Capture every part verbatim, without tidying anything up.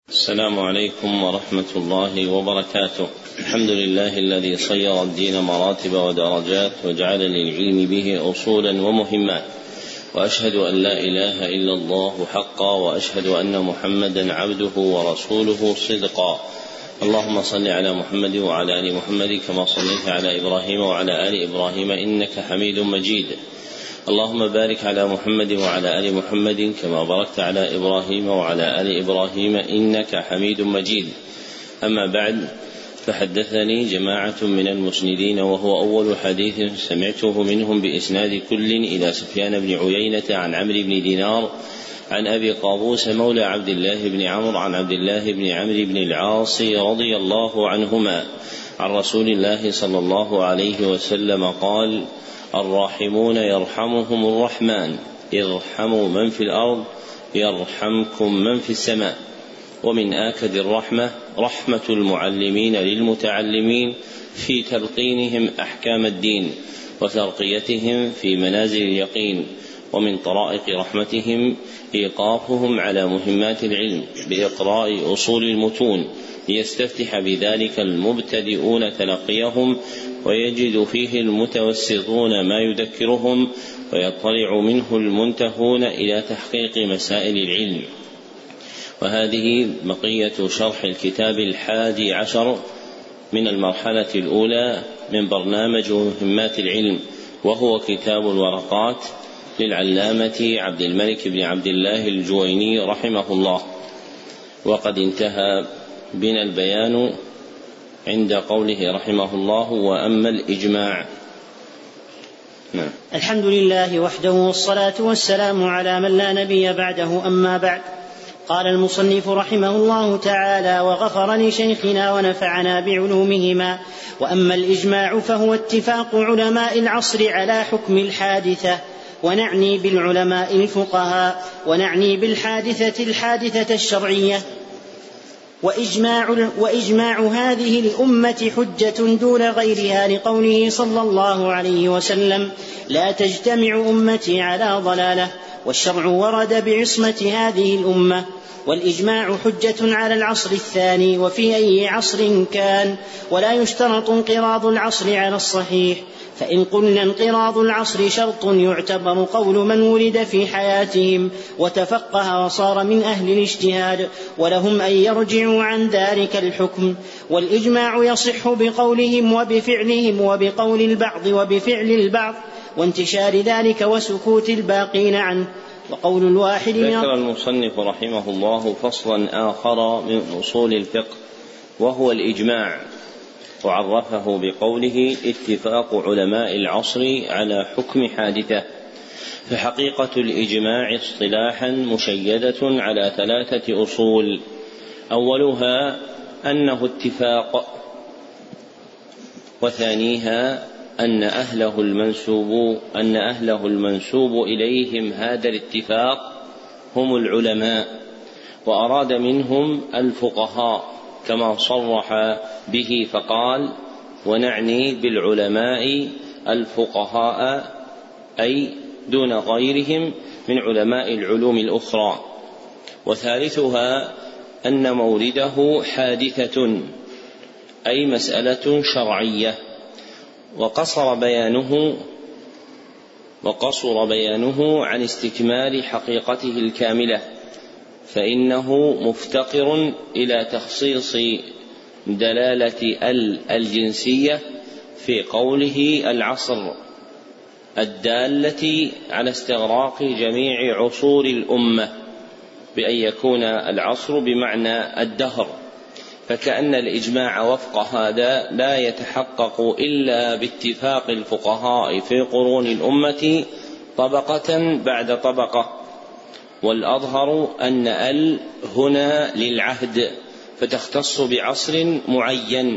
السلام عليكم ورحمة الله وبركاته. الحمد لله الذي صير الدين مراتب ودرجات وجعل للعلم به أصولا ومهمات، وأشهد أن لا إله إلا الله حقا، وأشهد أن محمدا عبده ورسوله صدقا. اللهم صل على محمد وعلى آل محمد كما صليت على إبراهيم وعلى آل إبراهيم إنك حميد مجيد. اللهم بارك على محمد وعلى آل محمد كما باركت على إبراهيم وعلى آل إبراهيم إنك حميد مجيد. أما بعد، فحدثني جماعة من المسندين، وهو أول حديث سمعته منهم بإسناد كل إلى سفيان بن عيينة عن عمرو بن دينار عن أبي قابوس مولى عبد الله بن عمرو عن عبد الله بن عمرو بن العاص رضي الله عنهما عن رسول الله صلى الله عليه وسلم قال: الراحمون يرحمهم الرحمن، ارحموا من في الأرض يرحمكم من في السماء. ومن آكد الرحمة رحمة المعلمين للمتعلمين في تلقينهم أحكام الدين وترقيتهم في منازل اليقين. ومن طرائق رحمتهم إيقافهم على مهمات العلم بإقراء أصول المتون، ليستفتح بذلك المبتدئون تلقيهم، ويجد فيه المتوسطون ما يذكرهم، ويطلع منه المنتهون إلى تحقيق مسائل العلم. وهذه بقية شرح الكتاب الحادي عشر من المرحلة الأولى من برنامج مهمات العلم، وهو كتاب الورقات للعلامة عبد الملك بن عبد الله الجويني رحمه الله. وقد انتهى بنا البيان عند قوله رحمه الله: وأما الإجماع. نعم. الحمد لله وحده، والصلاة والسلام على من لا نبي بعده. أما بعد، قال المصنف رحمه الله تعالى: وغفر لشيخنا ونفعنا بعلومهما. وأما الإجماع فهو اتفاق علماء العصر على حكم الحادثة، ونعني بالعلماء الفقهاء، ونعني بالحادثة الحادثة الشرعية. وإجماع, وإجماع هذه الأمة حجة دون غيرها، لقوله صلى الله عليه وسلم: لا تجتمع أمتي على ضلالة. والشرع ورد بعصمة هذه الأمة. والإجماع حجة على العصر الثاني وفي أي عصر كان، ولا يشترط انقراض العصر على الصحيح. فإن قلنا انقراض العصر شرط، يعتبر قول من ولد في حياتهم وتفقه وصار من أهل الاجتهاد، ولهم أن يرجعوا عن ذلك الحكم. والإجماع يصح بقولهم وبفعلهم وبقول البعض وبفعل البعض، وانتشار ذلك وسكوت الباقين عنه. وقول الواحد. ذكر المصنف رحمه الله فصلا آخر من أصول الفقه، وهو الإجماع، وعرفه بقوله: اتفاق علماء العصر على حكم حادثة. فحقيقة الإجماع اصطلاحا مشيدة على ثلاثة أصول: أولها أنه اتفاق، وثانيها أن أهله المنسوب أن أهله المنسوب إليهم هذا الاتفاق هم العلماء، وأراد منهم الفقهاء كما صرح به فقال: ونعني بالعلماء الفقهاء، أي دون غيرهم من علماء العلوم الأخرى. وثالثها أن مورده حادثة، أي مسألة شرعية، وقصر بيانه وقصر بيانه عن استكمال حقيقته الكاملة، فإنه مفتقر إلى تخصيص دلالة ال الجنسية في قوله العصر، الدالة على استغراق جميع عصور الأمة، بأن يكون العصر بمعنى الدهر. فكأن الإجماع وفق هذا لا يتحقق إلا باتفاق الفقهاء في قرون الأمة طبقة بعد طبقة. والأظهر أن ال هنا للعهد، فتختص بعصر معين،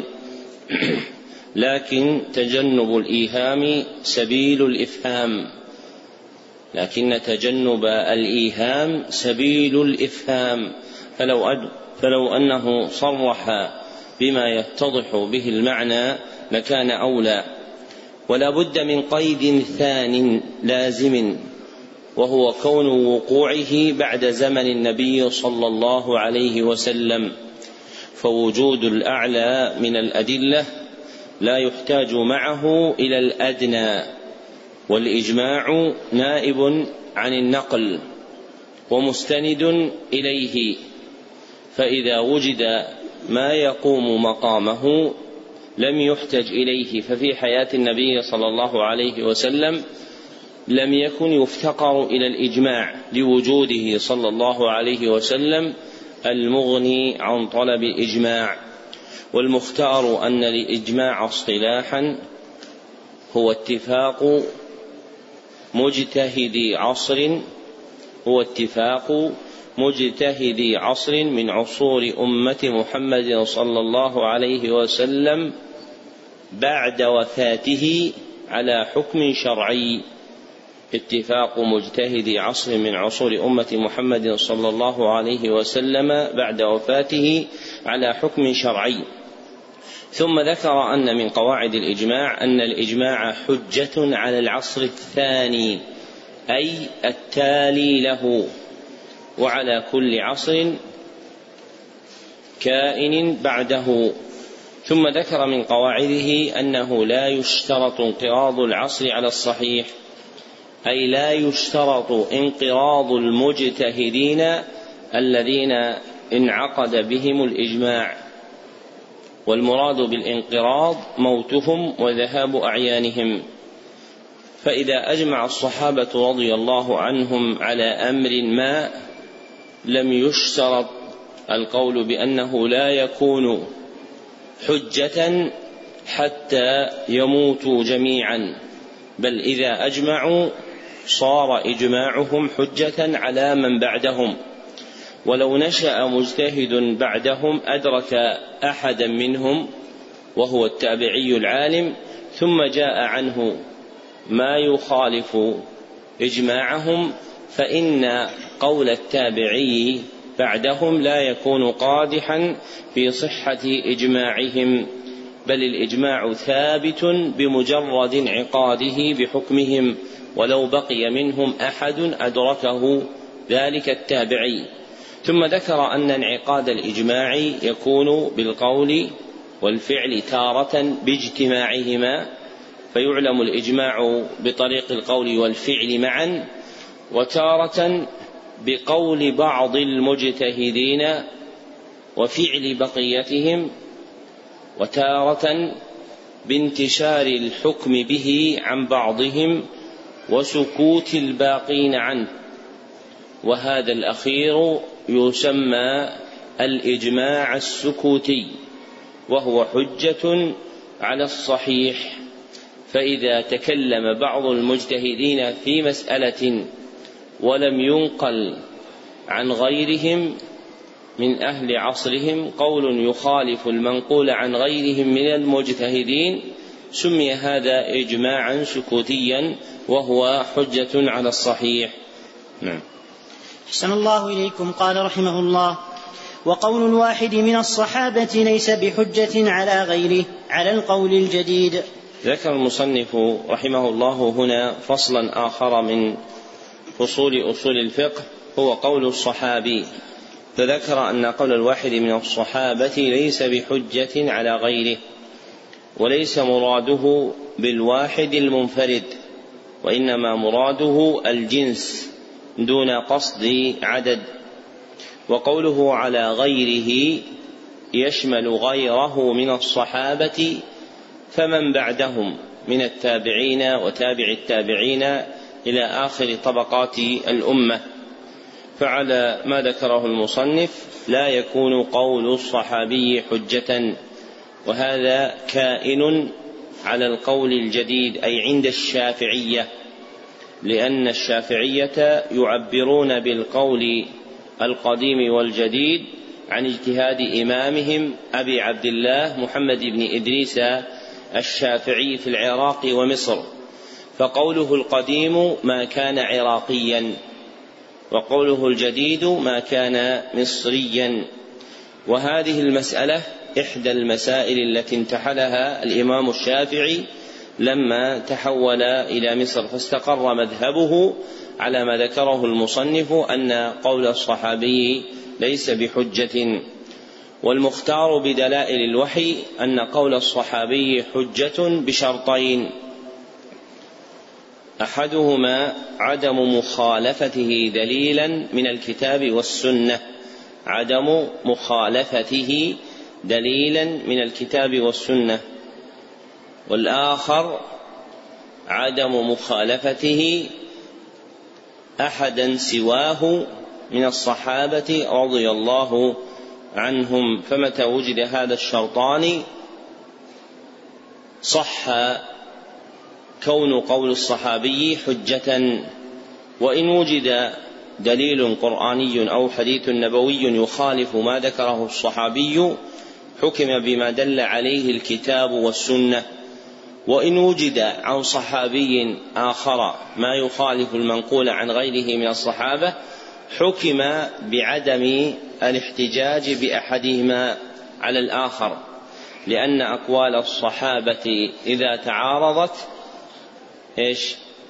لكن تجنب الإيهام سبيل الإفهام لكن تجنب الإيهام سبيل الإفهام فلو, أد فلو أنه صرح بما يتضح به المعنى لكان أولى. ولا بد من قيد ثان لازم وهو كون وقوعه بعد زمن النبي صلى الله عليه وسلم، فوجود الأعلى من الأدلة لا يحتاج معه إلى الأدنى، والإجماع نائب عن النقل ومستند إليه، فإذا وجد ما يقوم مقامه لم يحتج إليه. ففي حياة النبي صلى الله عليه وسلم لم يكن يفتقر إلى الإجماع لوجوده صلى الله عليه وسلم المغني عن طلب الإجماع. والمختار أن الإجماع اصطلاحا هو اتفاق مجتهدي عصر هو اتفاق مجتهدي عصر من عصور أمة محمد صلى الله عليه وسلم بعد وفاته على حكم شرعي. اتفاق مجتهدي عصر من عصور أمة محمد صلى الله عليه وسلم بعد وفاته على حكم شرعي. ثم ذكر أن من قواعد الإجماع أن الإجماع حجة على العصر الثاني، أي التالي له، وعلى كل عصر كائن بعده. ثم ذكر من قواعده أنه لا يشترط انقراض العصر على الصحيح، أي لا يشترط انقراض المجتهدين الذين انعقد بهم الإجماع، والمراد بالانقراض موتهم وذهاب أعيانهم. فإذا أجمع الصحابة رضي الله عنهم على أمر ما لم يشترط القول بأنه لا يكون حجة حتى يموتوا جميعا، بل إذا أجمعوا صار إجماعهم حجة على من بعدهم. ولو نشأ مجتهد بعدهم أدرك أحدا منهم وهو التابعي العالم، ثم جاء عنه ما يخالف إجماعهم، فإن قول التابعي بعدهم لا يكون قادحا في صحة إجماعهم، بل الإجماع ثابت بمجرد انعقاده بحكمهم، ولو بقي منهم أحد أدركه ذلك التابعي. ثم ذكر أن انعقاد الإجماع يكون بالقول والفعل تارة باجتماعهما، فيعلم الإجماع بطريق القول والفعل معا، وتارة بقول بعض المجتهدين وفعل بقيتهم، وتارة بانتشار الحكم به عن بعضهم وسكوت الباقين عنه، وهذا الأخير يسمى الإجماع السكوتي، وهو حجة على الصحيح. فإذا تكلم بعض المجتهدين في مسألة ولم ينقل عن غيرهم من أهل عصرهم قول يخالف المنقول عن غيرهم من المجتهدين، سمي هذا إجماعا سكوتيا، وهو حجة على الصحيح. نعم. أحسن الله إليكم. قال رحمه الله: وقول الواحد من الصحابة ليس بحجة على غيره على القول الجديد. ذكر المصنف رحمه الله هنا فصلا آخر من فصول أصول الفقه، هو قول الصحابي، فذكر أن قول الواحد من الصحابة ليس بحجة على غيره، وليس مراده بالواحد المنفرد، وإنما مراده الجنس دون قصد عدد. وقوله على غيره يشمل غيره من الصحابة فمن بعدهم من التابعين وتابع التابعين إلى آخر طبقات الأمة. فعلى ما ذكره المصنف لا يكون قول الصحابي حجة، وهذا كائن على القول الجديد أي عند الشافعية، لأن الشافعية يعبرون بالقول القديم والجديد عن اجتهاد إمامهم أبي عبد الله محمد بن إدريس الشافعي في العراق ومصر، فقوله القديم ما كان عراقيا، وقوله الجديد ما كان مصريا. وهذه المسألة إحدى المسائل التي انتحلها الإمام الشافعي لما تحول إلى مصر، فاستقر مذهبه على ما ذكره المصنف أن قول الصحابي ليس بحجة. والمختار بدلائل الوحي أن قول الصحابي حجة بشرطين: أحدهما عدم مخالفته دليلا من الكتاب والسنة، عدم مخالفته دليلا من الكتاب والسنة، والآخر عدم مخالفته أحدا سواه من الصحابة رضي الله عنهم. فمتى وجد هذا الشرطان صح كون قول الصحابي حجة. وإن وجد دليل قرآني أو حديث نبوي يخالف ما ذكره الصحابي حكم بما دل عليه الكتاب والسنة. وإن وجد عن صحابي آخر ما يخالف المنقول عن غيره من الصحابة حكم بعدم الاحتجاج بأحدهما على الآخر، لأن أقوال الصحابة إذا تعارضت إيش؟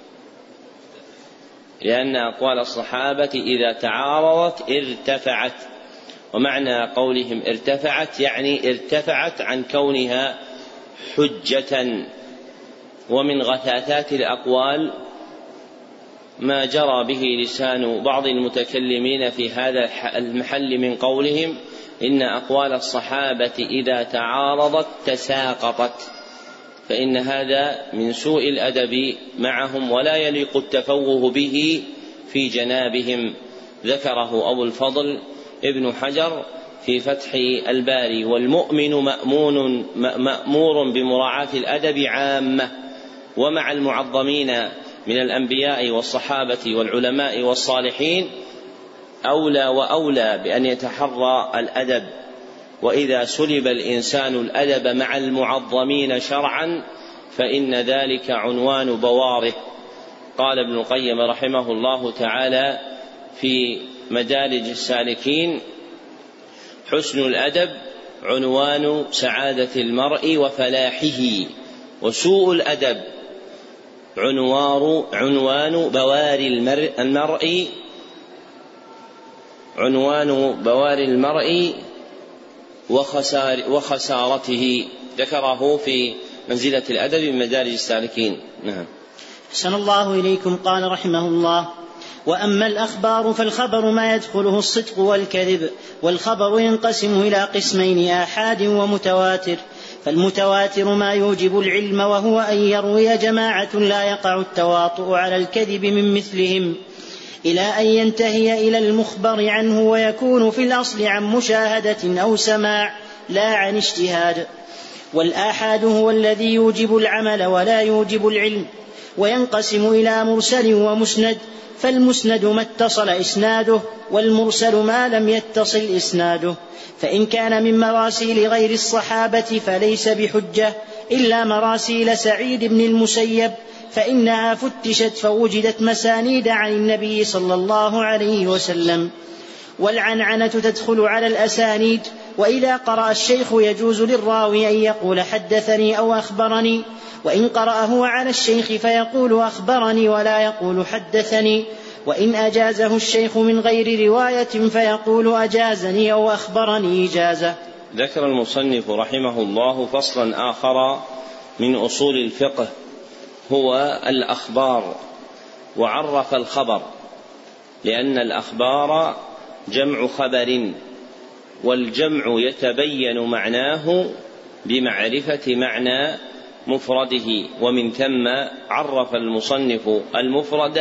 لأن أقوال الصحابة إذا تعارضت ارتفعت، ومعنى قولهم ارتفعت يعني ارتفعت عن كونها حجة. ومن غثاثات الأقوال ما جرى به لسان بعض المتكلمين في هذا المحل من قولهم إن أقوال الصحابة إذا تعارضت تساقطت، فإن هذا من سوء الأدب معهم ولا يليق التفوه به في جنابهم. ذكره أبو الفضل ابن حجر في فتح الباري: والمؤمن مأمون مأمور بمراعاة الأدب عامة، ومع المعظمين من الأنبياء والصحابة والعلماء والصالحين أولى وأولى بأن يتحرى الأدب. وإذا سلب الإنسان الأدب مع المعظمين شرعا فإن ذلك عنوان بواره. قال ابن القيم رحمه الله تعالى في مدارج السالكين: حسن الأدب عنوان سعادة المرء وفلاحه، وسوء الأدب عنوان عنوان بوار المرء, المرء عنوان بوار المرء وخسار وخسارته. ذكره في منزلة الأدب من مدارج السالكين. نعم. أحسن الله إليكم. قال رحمه الله: وأما الأخبار فالخبر ما يدخله الصدق والكذب، والخبر ينقسم إلى قسمين: آحاد ومتواتر. فالمتواتر ما يوجب العلم، وهو أن يروي جماعة لا يقع التواطؤ على الكذب من مثلهم، إلى أن ينتهي إلى المخبر عنه، ويكون في الأصل عن مشاهدة أو سماع لا عن اجتهاد. والآحاد هو الذي يوجب العمل ولا يوجب العلم، وينقسم إلى مرسل ومسند. فالمسند ما اتصل إسناده، والمرسل ما لم يتصل إسناده. فإن كان من مراسيل غير الصحابة فليس بحجة، إلا مراسيل سعيد بن المسيب، فإنها فتشت فوجدت مسانيد عن النبي صلى الله عليه وسلم. والعنعنة تدخل على الأسانيد. وإذا قرأ الشيخ يجوز للراوي أن يقول حدثني أو أخبرني، وإن قرأه على الشيخ فيقول أخبرني ولا يقول حدثني. وإن أجازه الشيخ من غير رواية فيقول أجازني أو أخبرني إجازة. ذكر المصنف رحمه الله فصلا آخر من أصول الفقه هو الأخبار، وعرف الخبر لأن الأخبار جمع خبر، والجمع يتبين معناه بمعرفة معنى مفرده، ومن ثم عرف المصنف المفرد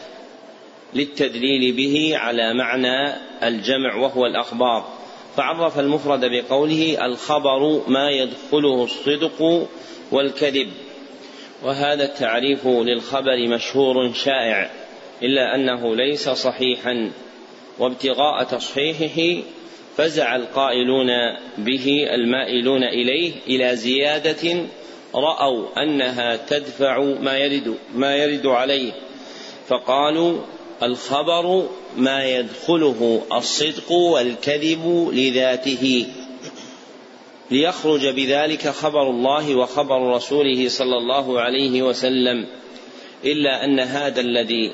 للتدليل به على معنى الجمع وهو الأخبار. فعرف المفرد بقوله: الخبر ما يدخله الصدق والكذب. وهذا التعريف للخبر مشهور شائع، إلا أنه ليس صحيحا، وابتغاء تصحيحه فزع القائلون به المائلون إليه إلى زيادة رأوا أنها تدفع ما يرد, ما يرد عليه، فقالوا: الخبر ما يدخله الصدق والكذب لذاته. ليخرج بذلك خبر الله وخبر رسوله صلى الله عليه وسلم، إلا أن هذا الذي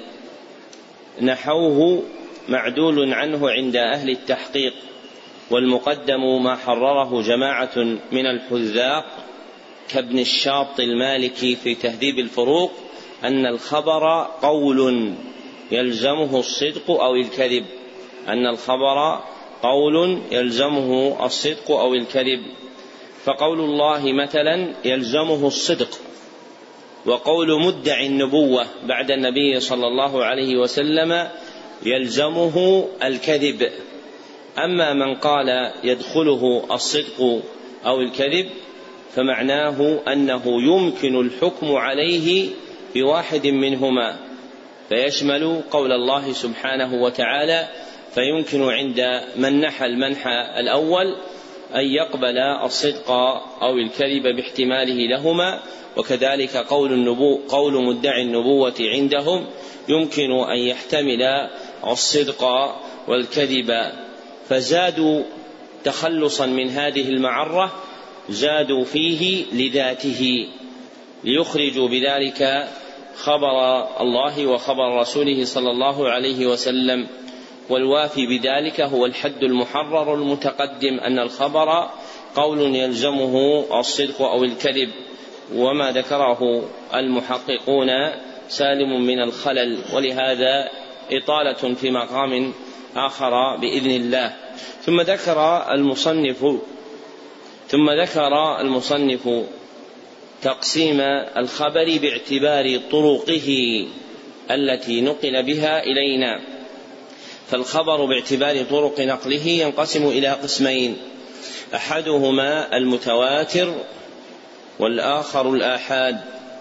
نحوه معدول عنه عند أهل التحقيق، والمقدم ما حرره جماعة من الحذاق كابن الشاط المالكي في تهذيب الفروق، أن الخبر قول يلزمه الصدق أو الكذب، أن الخبر قول يلزمه الصدق أو الكذب. فقول الله مثلا يلزمه الصدق، وقول مدعي النبوة بعد النبي صلى الله عليه وسلم يلزمه الكذب. أما من قال يدخله الصدق أو الكذب فمعناه أنه يمكن الحكم عليه بواحد منهما، فيشمل قول الله سبحانه وتعالى، فيمكن عند من نحى المنحى الأول أن يقبل الصدق أو الكذب باحتماله لهما، وكذلك قول النبو قول مدعي النبوة عندهم يمكن أن يحتمل الصدق والكذب. فزادوا تخلصا من هذه المعرة، زادوا فيه لذاته ليخرجوا بذلك خبر الله وخبر رسوله صلى الله عليه وسلم. والوافي بذلك هو الحد المحرر المتقدم، أن الخبر قول يلزمه الصدق أو الكذب، وما ذكره المحققون سالم من الخلل، ولهذا إطالة في مقام آخر بإذن الله. ثم ذكر المصنف ثم ذكر المصنف تقسيم الخبر باعتبار طرقه التي نقل بها إلينا. فالخبر باعتبار طرق نقله ينقسم إلى قسمين، أحدهما المتواتر والآخر الآحاد.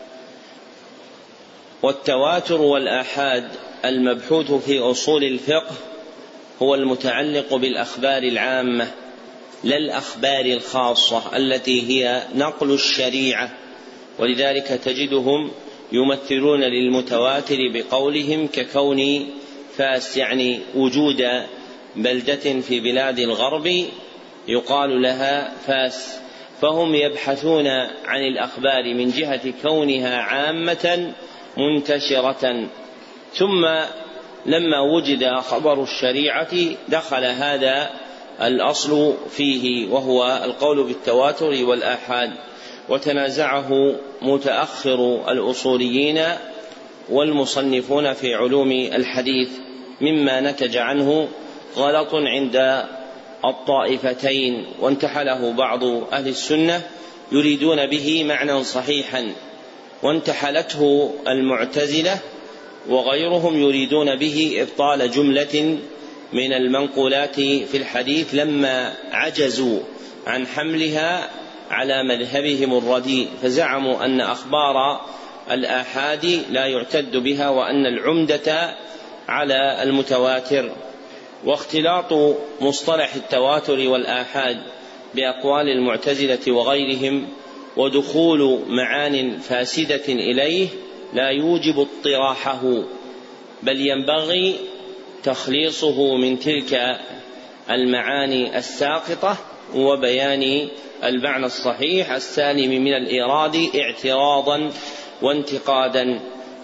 والتواتر والآحاد المبحوث في أصول الفقه هو المتعلق بالأخبار العامة لا الأخبار الخاصة التي هي نقل الشريعة، ولذلك تجدهم يمثلون للمتواتر بقولهم ككون فاس، يعني وجود بلدة في بلاد الغرب يقال لها فاس، فهم يبحثون عن الأخبار من جهة كونها عامة منتشرة. ثم لما وجد خبر الشريعة دخل هذا الأصل فيه، وهو القول بالتواتر والآحاد، وتنازعه متأخر الأصوليين والمصنفون في علوم الحديث، مما نتج عنه غلط عند الطائفتين، وانتحله بعض أهل السنة يريدون به معنى صحيحا، وانتحلته المعتزلة وغيرهم يريدون به إبطال جملة من المنقولات في الحديث لما عجزوا عن حملها على مذهبهم الرديء، فزعموا أن أخبار الآحاد لا يعتد بها، وأن العمدة على المتواتر. واختلاط مصطلح التواتر والآحاد بأقوال المعتزلة وغيرهم ودخول معان فاسدة إليه لا يوجب اطراحه، بل ينبغي تخليصه من تلك المعاني الساقطة وبيان المعنى الصحيح السالم من الإيراد اعتراضا وانتقادا،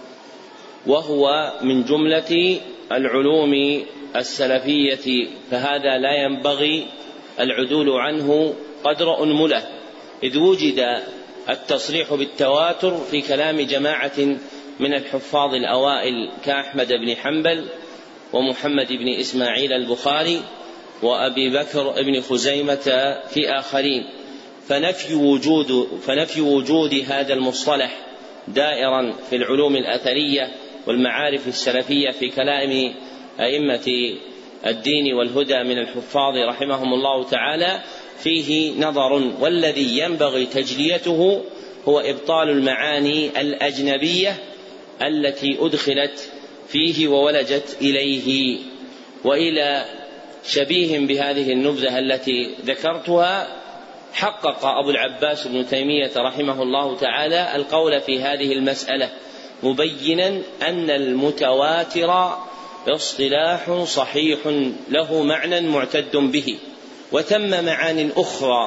وهو من جملة العلوم السلفية، فهذا لا ينبغي العدول عنه قدر أنملة، إذ وجد التصريح بالتواتر في كلام جماعة من الحفاظ الأوائل كأحمد بن حنبل ومحمد بن إسماعيل البخاري وأبي بكر بن خزيمة في آخرين، فنفي وجود, فنفي وجود هذا المصطلح دائرا في العلوم الأثرية والمعارف السلفية في كلام أئمة الدين والهدى من الحفاظ رحمهم الله تعالى فيه نظر، والذي ينبغي تجليته هو إبطال المعاني الأجنبية التي أدخلت فيه وولجت إليه. وإلى شبيه بهذه النبذة التي ذكرتها حقق أبو العباس بن تيمية رحمه الله تعالى القول في هذه المسألة، مبينا أن المتواتر اصطلاح صحيح له معنى معتد به، وثم معان أخرى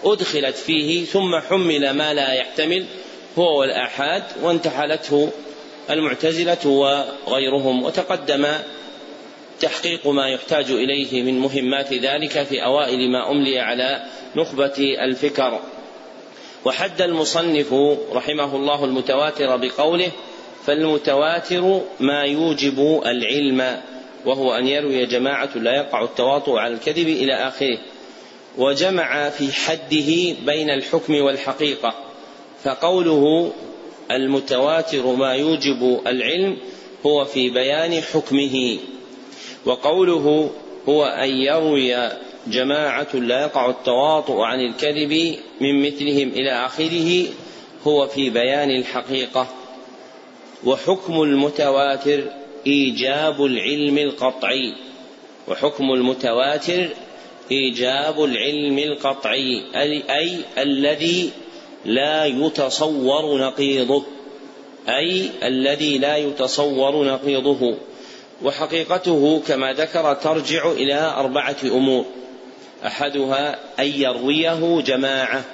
أدخلت فيه ثم حمل ما لا يحتمل هو والآحاد وانتحلته المعتزلة وغيرهم. وتقدم تحقيق ما يحتاج إليه من مهمات ذلك في أوائل ما أملي على نخبة الفكر. وحد المصنف رحمه الله المتواتر بقوله: فالمتواتر ما يوجب العلم، وهو أن يروي جماعة لا يقع التواطؤ على الكذب إلى آخره. وجمع في حده بين الحكم والحقيقة، فقوله المتواتر ما يوجب العلم هو في بيان حكمه، وقوله هو أن يروي جماعة لا يقع التواطؤ عن الكذب من مثلهم إلى آخره هو في بيان الحقيقة. وحكم المتواتر إيجاب العلم القطعي، وحكم المتواتر إيجاب العلم القطعي أي الذي لا يتصور نقيضه، أي الذي لا يتصور نقيضه. وحقيقته كما ذكر ترجع إلى أربعة أمور: أحدها أن يرويه جماعة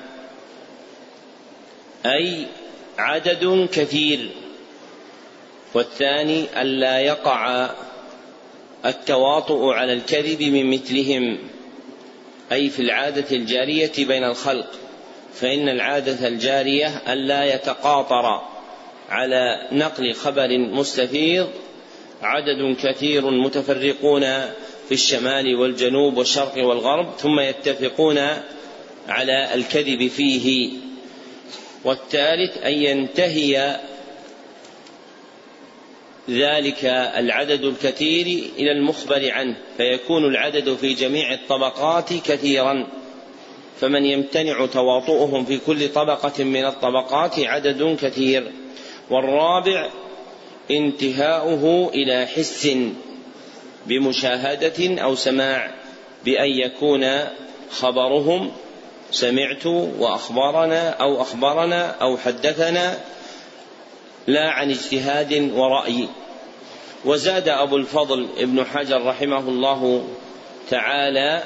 أي عدد كثير، والثاني أن لا يقع التواطؤ على الكذب من مثلهم أي في العادة الجارية بين الخلق، فإن العادة الجارية أن لا يتقاطر على نقل خبر مستفيض عدد كثير متفرقون في الشمال والجنوب والشرق والغرب ثم يتفقون على الكذب فيه. والثالث أن ينتهي ذلك العدد الكثير إلى المخبر عنه، فيكون العدد في جميع الطبقات كثيرا، فمن يمتنع تواطؤهم في كل طبقة من الطبقات عدد كثير. والرابع انتهاؤه إلى حس بمشاهدة أو سماع، بأن يكون خبرهم سمعت وأخبرنا أو أخبرنا أو حدثنا، لا عن اجتهاد ورأي. وزاد أبو الفضل ابن حجر رحمه الله تعالى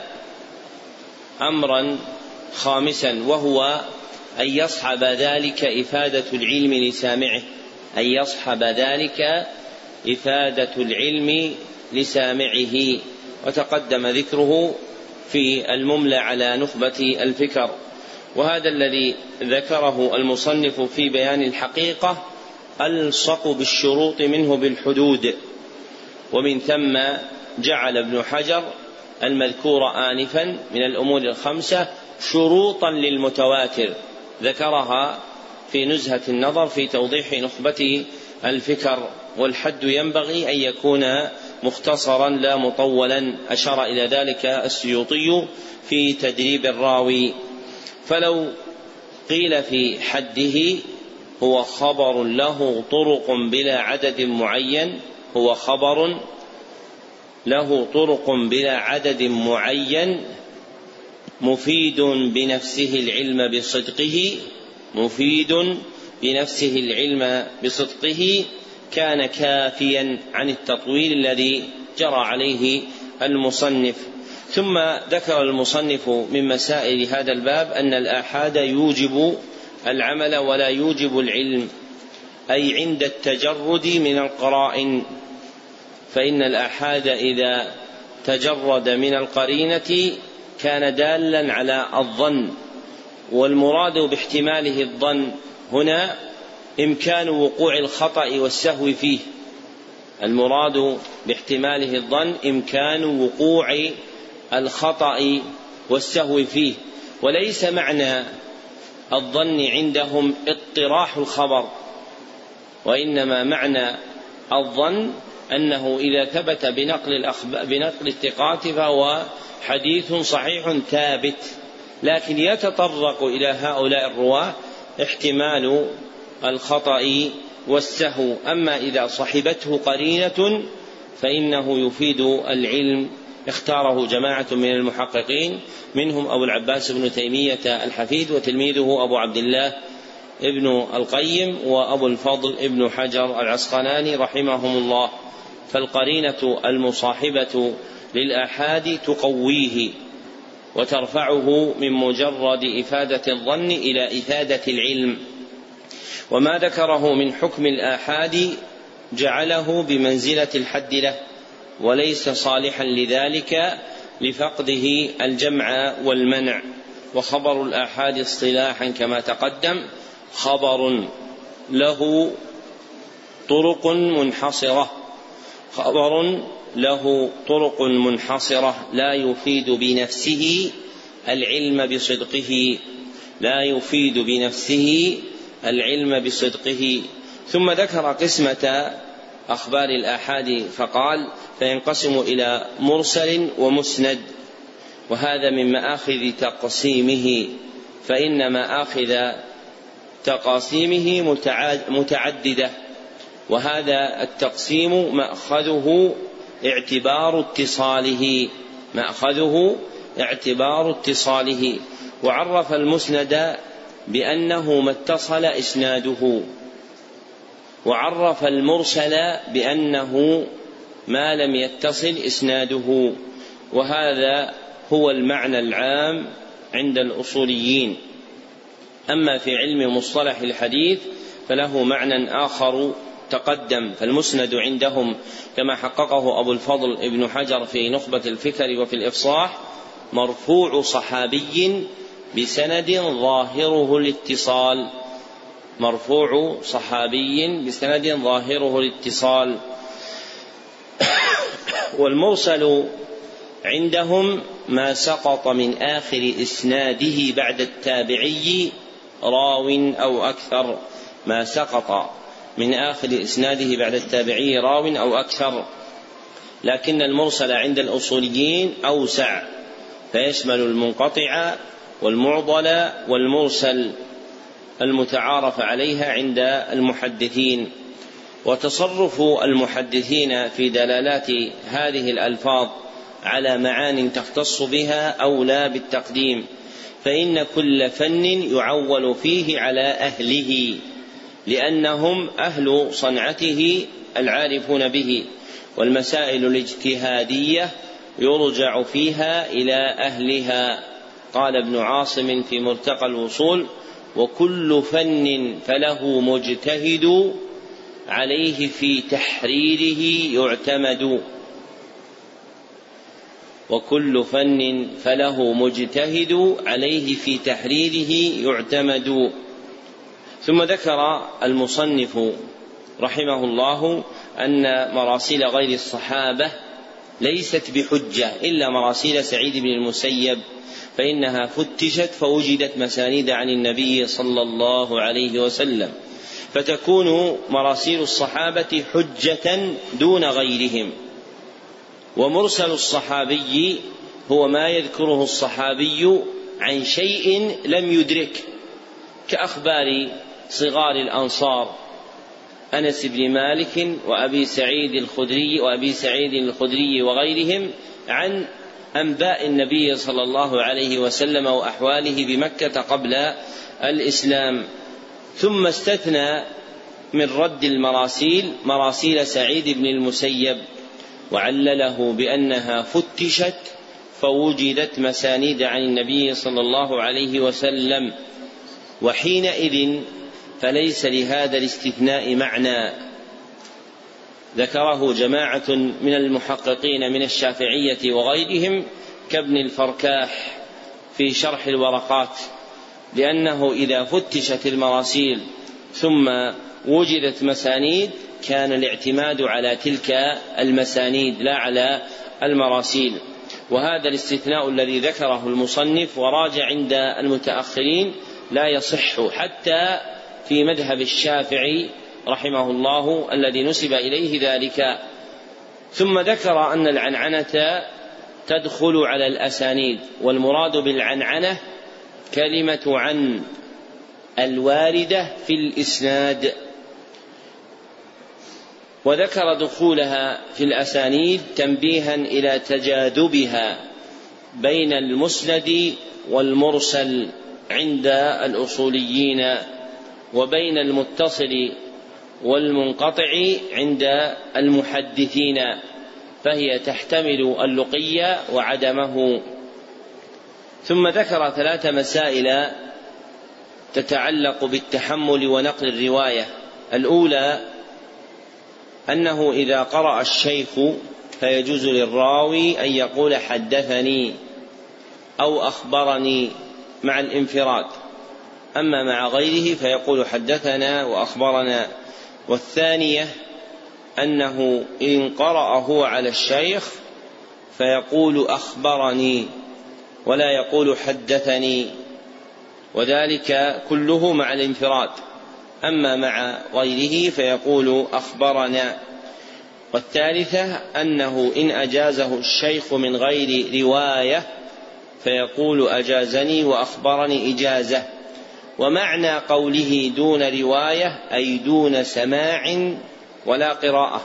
أمرا خامسا، وهو أن يصحب ذلك إفادة العلم لسامعه، أن يصحب ذلك إفادة العلم لسامعه، وتقدم ذكره في المملى على نخبة الفكر. وهذا الذي ذكره المصنف في بيان الحقيقة ألصق بالشروط منه بالحدود، ومن ثم جعل ابن حجر المذكور آنفا من الأمور الخمسة شروطا للمتواتر، ذكرها في نزهة النظر في توضيح نخبة الفكر. والحد ينبغي أن يكون مختصرا لا مطولا، أشار إلى ذلك السيوطي في تدريب الراوي. فلو قيل في حده هو خبر له طرق بلا عدد معين، هو خبر له طرق بلا عدد معين مفيد بنفسه العلم بصدقه، مفيد بنفسه العلم بصدقه كان كافيا عن التطويل الذي جرى عليه المصنف. ثم ذكر المصنف من مسائل هذا الباب أن الآحاد يوجب العمل ولا يوجب العلم، أي عند التجرد من القرائن، فإن الآحاد إذا تجرد من القرينة كان دالا على الظن، والمراد باحتماله الظن هنا إمكان وقوع الخطأ والسهو فيه، المراد باحتماله الظن إمكان وقوع الخطأ والسهو فيه، وليس معنى الظن عندهم اطراح الخبر، وإنما معنى الظن أنه إذا ثبت بنقل الأخبار بنقل الثقات فهو حديث صحيح ثابت، لكن يتطرق إلى هؤلاء الرواة احتمال الخطأ والسهو. أما إذا صحبته قرينة فإنه يفيد العلم. اختاره جماعة من المحققين منهم أبو العباس بن تيمية الحفيد وتلميذه أبو عبد الله ابن القيم وأبو الفضل ابن حجر العسقلاني رحمهم الله. فالقرينة المصاحبة للآحاد تقويه، وترفعه من مجرد إفادة الظن إلى إفادة العلم. وما ذكره من حكم الآحاد جعله بمنزلة الحد له، وليس صالحا لذلك لفقده الجمع والمنع. وخبر الآحاد اصطلاحا كما تقدم خبر له طرق منحصرة خبر له طرق منحصرة لا يفيد بنفسه العلم بصدقه لا يفيد بنفسه العلم بصدقه. ثم ذكر قسمة أخبار الآحاد فقال: فينقسم إلى مرسل ومسند، وهذا من مآخذ تقسيمه، فإن مآخذ تقاسيمه متعددة، وهذا التقسيم مأخذه اعتبار اتصاله مأخذه اعتبار اتصاله وعرف المسند بأنه ما اتصل إسناده، وعرف المرسل بأنه ما لم يتصل إسناده، وهذا هو المعنى العام عند الأصوليين. أما في علم مصطلح الحديث فله معنى آخر تقدم، فالمسند عندهم كما حققه أبو الفضل ابن حجر في نخبة الفكر وفي الإفصاح مرفوع صحابي بسند ظاهره الاتصال مرفوع صحابي بسند ظاهره الاتصال. والمرسل عندهم ما سقط من آخر إسناده بعد التابعي راو أو أكثر ما سقط من آخر إسناده بعد التابعي راو أو أكثر. لكن المرسل عند الأصوليين أوسع، فيشمل المنقطع والمعضل والمرسل المتعارف عليها عند المحدثين. وتصرف المحدثين في دلالات هذه الألفاظ على معان تختص بها أولى بالتقديم، فإن كل فن يعول فيه على أهله، لأنهم أهل صنعته العارفون به، والمسائل الاجتهادية يرجع فيها إلى أهلها. قال ابن عاصم في مرتقى الوصول: وكل فن فله مجتهد عليه في تحريره يعتمد وكل فن فله مجتهد عليه في تحريره يعتمد. ثم ذكر المصنف رحمه الله أن مراسيل غير الصحابة ليست بحجة إلا مراسيل سعيد بن المسيب، فإنها فتشت فوجدت مسانيد عن النبي صلى الله عليه وسلم، فتكون مراسيل الصحابة حجة دون غيرهم. ومرسل الصحابي هو ما يذكره الصحابي عن شيء لم يدرك، كأخبار صغار الأنصار أنس بن مالك وأبي سعيد الخدري وأبي سعيد الخدري وغيرهم عن أنباء النبي صلى الله عليه وسلم وأحواله بمكة قبل الإسلام. ثم استثنى من رد المراسيل مراسيل سعيد بن المسيب، وعلله بأنها فتشت فوجدت مسانيد عن النبي صلى الله عليه وسلم، وحينئذ فليس لهذا الاستثناء معنى. ذكره جماعة من المحققين من الشافعية وغيرهم كابن الفركاح في شرح الورقات، لأنه إذا فتشت المراسيل ثم وجدت مسانيد كان الاعتماد على تلك المسانيد لا على المراسيل. وهذا الاستثناء الذي ذكره المصنف وراجع عند المتأخرين لا يصح حتى في مذهب الشافعي رحمه الله الذي نسب إليه ذلك. ثم ذكر أن العنعنة تدخل على الأسانيد، والمراد بالعنعنة كلمة عن الواردة في الإسناد، وذكر دخولها في الأسانيد تنبيها إلى تجاذبها بين المسند والمرسل عند الأصوليين، وبين المتصل والمنقطع عند المحدثين، فهي تحتمل اللقي وعدمه. ثم ذكر ثلاث مسائل تتعلق بالتحمل ونقل الرواية. الأولى أنه إذا قرأ الشيخ فيجوز للراوي أن يقول حدثني أو أخبرني مع الانفراد، أما مع غيره فيقول حدثنا وأخبرنا. والثانية أنه إن قرأه على الشيخ فيقول أخبرني ولا يقول حدثني، وذلك كله مع الانفراد، أما مع غيره فيقول أخبرنا. والثالثة أنه إن أجازه الشيخ من غير رواية فيقول أجازني وأخبرني إجازة. ومعنى قوله دون رواية أي دون سماع ولا قراءة،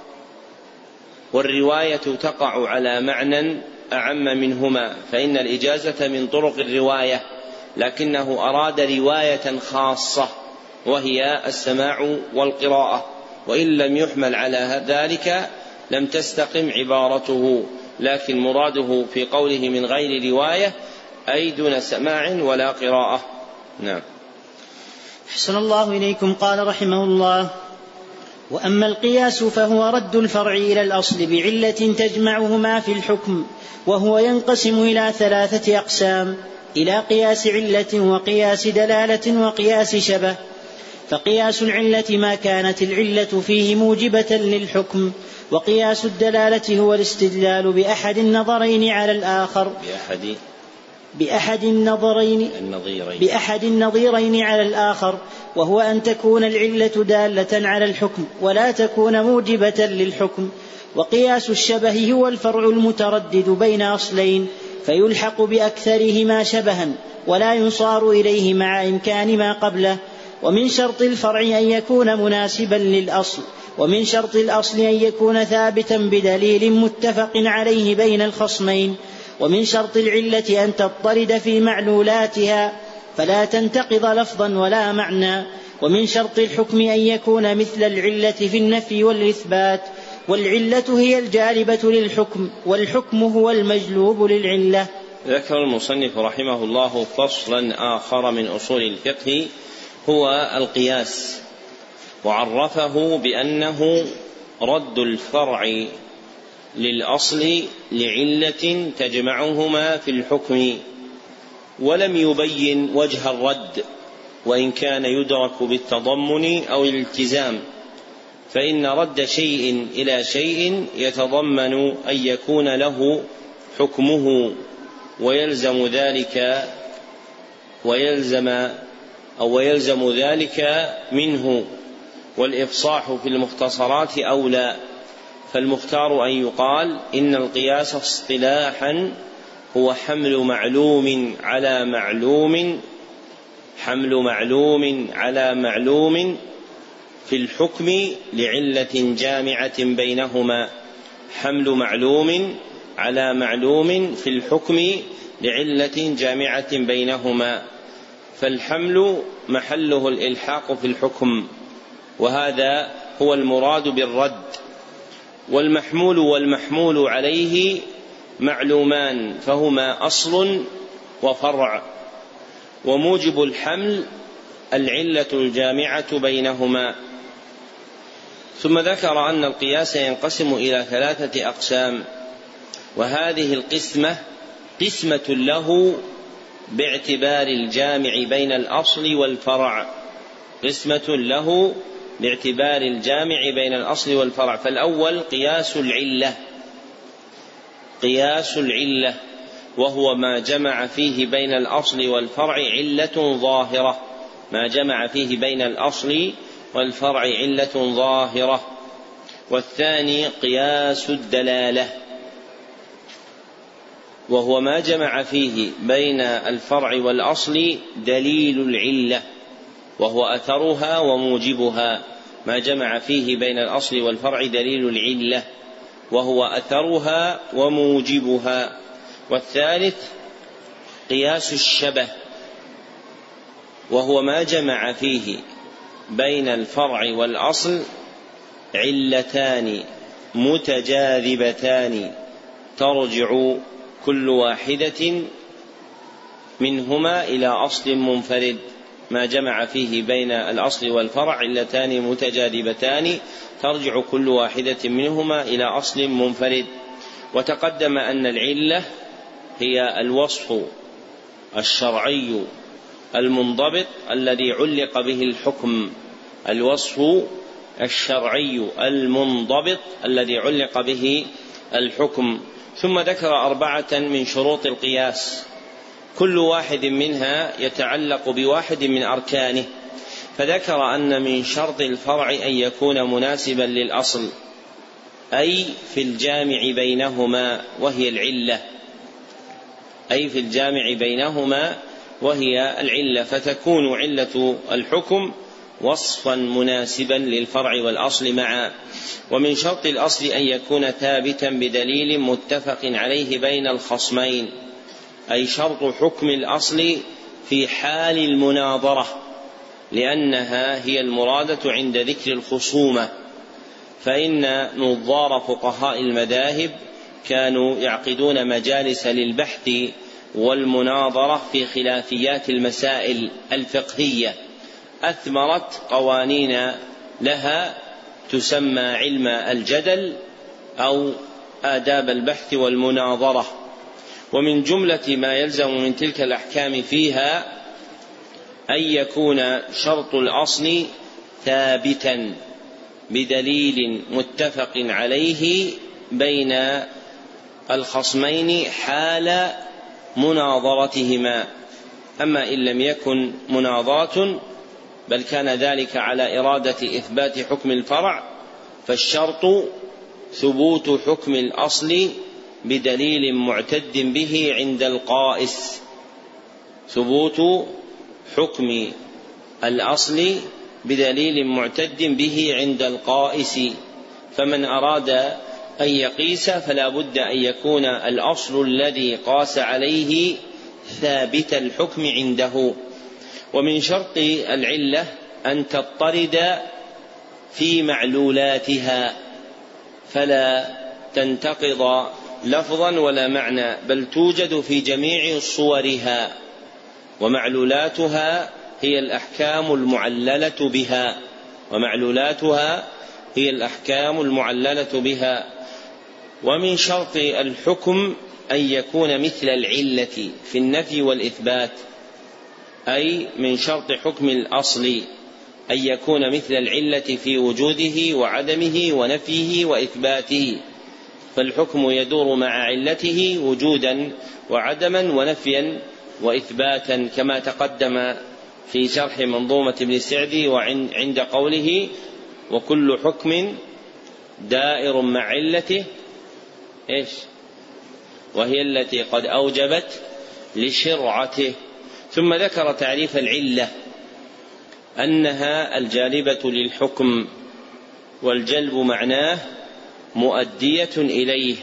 والرواية تقع على معنى أعم منهما، فإن الإجازة من طرق الرواية، لكنه أراد رواية خاصة وهي السماع والقراءة، وإن لم يحمل على ذلك لم تستقم عبارته، لكن مراده في قوله من غير رواية أي دون سماع ولا قراءة. نعم. أحسن الله إليكم. قال رحمه الله: وأما القياس فهو رد الفرع إلى الأصل بعلة تجمعهما في الحكم، وهو ينقسم إلى ثلاثة أقسام: إلى قياس علة وقياس دلالة وقياس شبه. فقياس العلة ما كانت العلة فيه موجبة للحكم، وقياس الدلالة هو الاستدلال بأحد النظرين على الآخر بأحد بأحد النظرين النظيرين بأحد النظيرين على الآخر، وهو أن تكون العلة دالة على الحكم ولا تكون موجبة للحكم. وقياس الشبه هو الفرع المتردد بين أصلين، فيلحق بأكثرهما شبها ولا ينصار إليه مع إمكان ما قبله. ومن شرط الفرع أن يكون مناسبا للأصل، ومن شرط الأصل أن يكون ثابتا بدليل متفق عليه بين الخصمين. ومن شرط العلة أن تضطرد في معلولاتها فلا تنتقض لفظا ولا معنى. ومن شرط الحكم أن يكون مثل العلة في النفي والإثبات، والعلة هي الجالبة للحكم، والحكم هو المجلوب للعلة. ذكر المصنف رحمه الله فصلا آخر من أصول الفقه هو القياس، وعرفه بأنه رد الفرع للأصل لعلة تجمعهما في الحكم، ولم يبين وجه الرد، وإن كان يدرك بالتضمن أو الالتزام، فإن رد شيء إلى شيء يتضمن أن يكون له حكمه، ويلزم ذلك ويلزم أو ويلزم ذلك منه، والإفصاح في المختصرات أولى. فالمختار أن يقال إن القياس اصطلاحا هو حمل معلوم على معلوم حمل معلوم على معلوم في الحكم لعلة جامعة بينهما حمل معلوم على معلوم في الحكم لعلة جامعة بينهما فالحمل محله الإلحاق في الحكم، وهذا هو المراد بالرد. والمحمول والمحمول عليه معلومان، فهما أصل وفرع، وموجب الحمل العلة الجامعة بينهما. ثم ذكر أن القياس ينقسم إلى ثلاثة أقسام، وهذه القسمة قسمة له باعتبار الجامع بين الأصل والفرع قسمة له باعتبار الجامع بين الأصل والفرع. فالأول قياس العلة قياس العلة وهو ما جمع فيه بين الأصل والفرع علة ظاهرة ما جمع فيه بين الأصل والفرع علة ظاهرة. والثاني قياس الدلالة وهو ما جمع فيه بين الفرع والأصل دليل العلة وهو أثرها وموجبها ما جمع فيه بين الأصل والفرع دليل العلة وهو أثرها وموجبها. والثالث قياس الشبه وهو ما جمع فيه بين الفرع والأصل علتان متجاذبتان ترجع كل واحدة منهما إلى أصل منفرد، ما جمع فيه بين الأصل والفرع علتان متجاذبتان ترجع كل واحدة منهما إلى أصل منفرد. وتقدم أن العلة هي الوصف الشرعي المنضبط الذي علق به الحكم، الوصف الشرعي المنضبط الذي علق به الحكم. ثم ذكر أربعة من شروط القياس، كل واحد منها يتعلق بواحد من أركانه، فذكر أن من شرط الفرع أن يكون مناسبا للأصل، أي في الجامع بينهما وهي العلة، أي في الجامع بينهما وهي العلة، فتكون علة الحكم وصفا مناسبا للفرع والأصل معا. ومن شرط الأصل أن يكون ثابتا بدليل متفق عليه بين الخصمين، أي شرط حكم الأصل في حال المناظرة، لأنها هي المرادة عند ذكر الخصومة، فإن نظار فقهاء المذاهب كانوا يعقدون مجالس للبحث والمناظرة في خلافيات المسائل الفقهية، أثمرت قوانين لها تسمى علم الجدل أو آداب البحث والمناظرة. ومن جملة ما يلزم من تلك الأحكام فيها أن يكون شرط الأصل ثابتا بدليل متفق عليه بين الخصمين حال مناظرتهما. أما إن لم يكن مناظرة بل كان ذلك على إرادة إثبات حكم الفرع، فالشرط ثبوت حكم الأصل بدليل معتد به عند القائس، ثبوت حكم الأصل بدليل معتد به عند القائس. فمن أراد أن يقيس فلا بد أن يكون الأصل الذي قاس عليه ثابت الحكم عنده. ومن شرط العلة أن تضطرد في معلولاتها، فلا تنتقض لفظا ولا معنى، بل توجد في جميع صورها، ومعلولاتها هي الأحكام المعللة بها، ومعلولاتها هي الأحكام المعللة بها. ومن شرط الحكم أن يكون مثل العلة في النفي والإثبات، أي من شرط حكم الأصل أن يكون مثل العلة في وجوده وعدمه ونفيه وإثباته، فالحكم يدور مع علته وجودا وعدما ونفيا وإثباتا، كما تقدم في شرح منظومة ابن السعدي وعند قوله وكل حكم دائر مع علته إيش وهي التي قد أوجبت لشرعته. ثم ذكر تعريف العلة أنها الجالبة للحكم، والجلب معناه مؤدية إليه،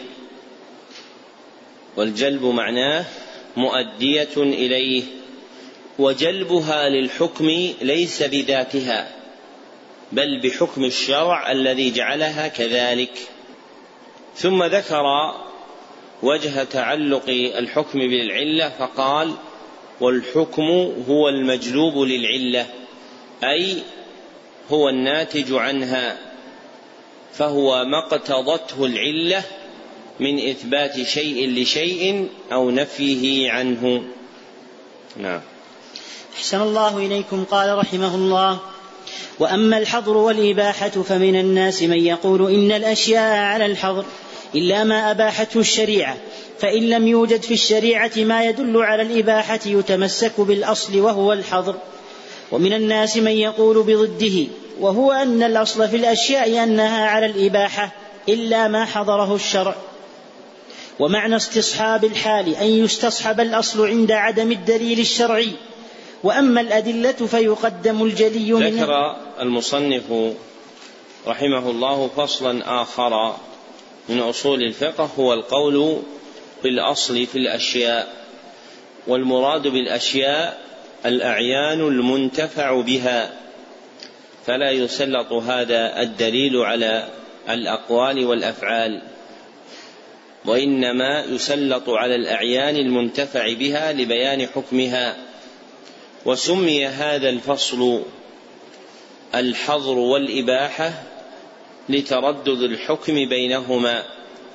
والجلب معناه مؤدية إليه، وجلبها للحكم ليس بذاتها بل بحكم الشرع الذي جعلها كذلك. ثم ذكر وجه تعلق الحكم بالعلة فقال والحكم هو المجلوب للعلة، أي هو الناتج عنها، فهو ما اقتضته العلة من إثبات شيء لشيء أو نفيه عنه. نعم. أحسن الله إليكم. قال رحمه الله: وأما الحظر والإباحة فمن الناس من يقول إن الأشياء على الحظر إلا ما أباحته الشريعة، فإن لم يوجد في الشريعة ما يدل على الإباحة يتمسك بالأصل وهو الحظر. ومن الناس من يقول بضده، وهو أن الأصل في الأشياء أنها على الإباحة إلا ما حضره الشرع. ومعنى استصحاب الحال أن يستصحب الأصل عند عدم الدليل الشرعي، وأما الأدلة فيقدم الجلي منها. ذكر المصنف رحمه الله فصلا آخر من أصول الفقه، هو القول بالأصل في الأشياء، والمراد بالأشياء الأعيان المنتفع بها، فلا يسلط هذا الدليل على الأقوال والأفعال. وإنما يسلط على الأعيان المنتفع بها لبيان حكمها. وسمي هذا الفصل الحظر والإباحة لتردد الحكم بينهما،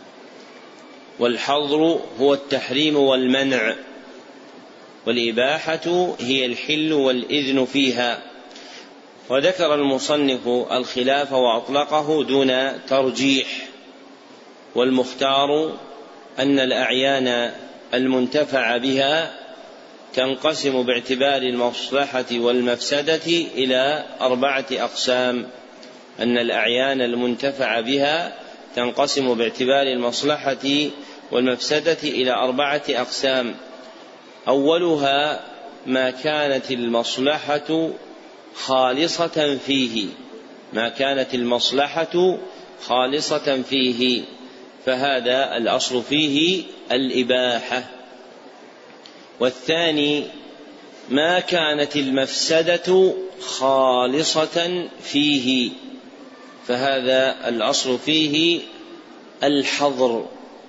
والحظر هو التحريم والمنع، والإباحة هي الحل والإذن فيها. وذكر المصنف الخلاف وأطلقه دون ترجيح، والمختار أن الأعيان المنتفع بها تنقسم باعتبار المصلحة والمفسدة إلى أربعة أقسام. أن الأعيان المنتفع بها تنقسم باعتبار المصلحة والمفسدة إلى أربعة أقسام. أولها ما كانت المصلحة خالصة فيه، ما كانت المصلحة خالصة فيه، فهذا الأصل فيه الإباحة. والثاني ما كانت المفسدة خالصة فيه، فهذا الأصل فيه الحظر.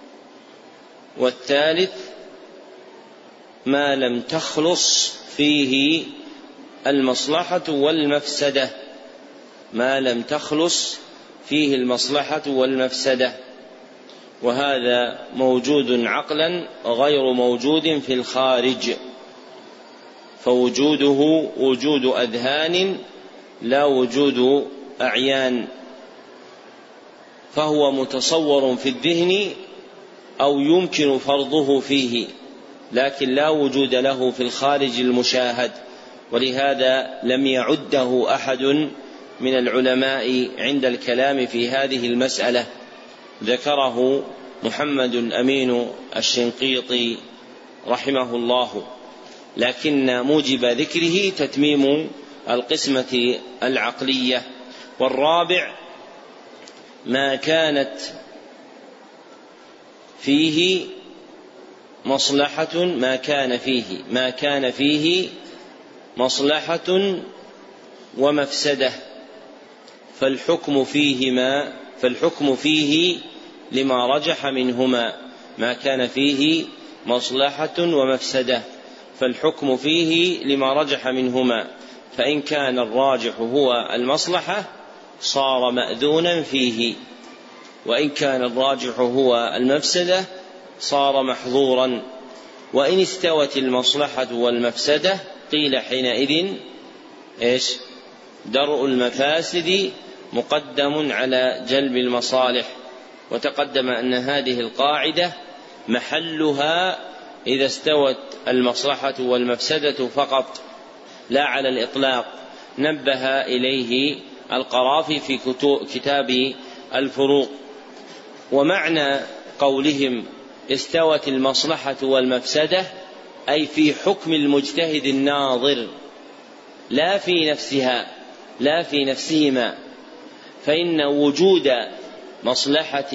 والثالث ما لم تخلص فيه المصلحة والمفسدة، ما لم تخلص فيه المصلحة والمفسدة، وهذا موجود عقلا غير موجود في الخارج، فوجوده وجود أذهان لا وجود أعيان، فهو متصور في الذهن أو يمكن فرضه فيه، لكن لا وجود له في الخارج المشاهد. ولهذا لم يعده أحد من العلماء عند الكلام في هذه المسألة، ذكره محمد أمين الشنقيطي رحمه الله، لكن موجب ذكره تتميم القسمة العقلية. والرابع ما كانت فيه مصلحة ما كان فيه ما كان فيه مصلحة ومفسدة، فالحكم فيهما فالحكم فيه لما رجح منهما. ما كان فيه مصلحة ومفسدة فالحكم فيه لما رجح منهما، فإن كان الراجح هو المصلحة صار مأذونا فيه، وإن كان الراجح هو المفسدة صار محظورا. وإن استوت المصلحة والمفسدة قيل حينئذ إيش؟ درء المفاسد مقدم على جلب المصالح. وتقدم أن هذه القاعدة محلها إذا استوت المصلحة والمفسدة فقط، لا على الإطلاق، نبه إليه القرافي في كتاب الفروق. ومعنى قولهم استوت المصلحة والمفسدة أي في حكم المجتهد الناظر، لا في نفسها لا في نفسهما، فإن وجود مصلحة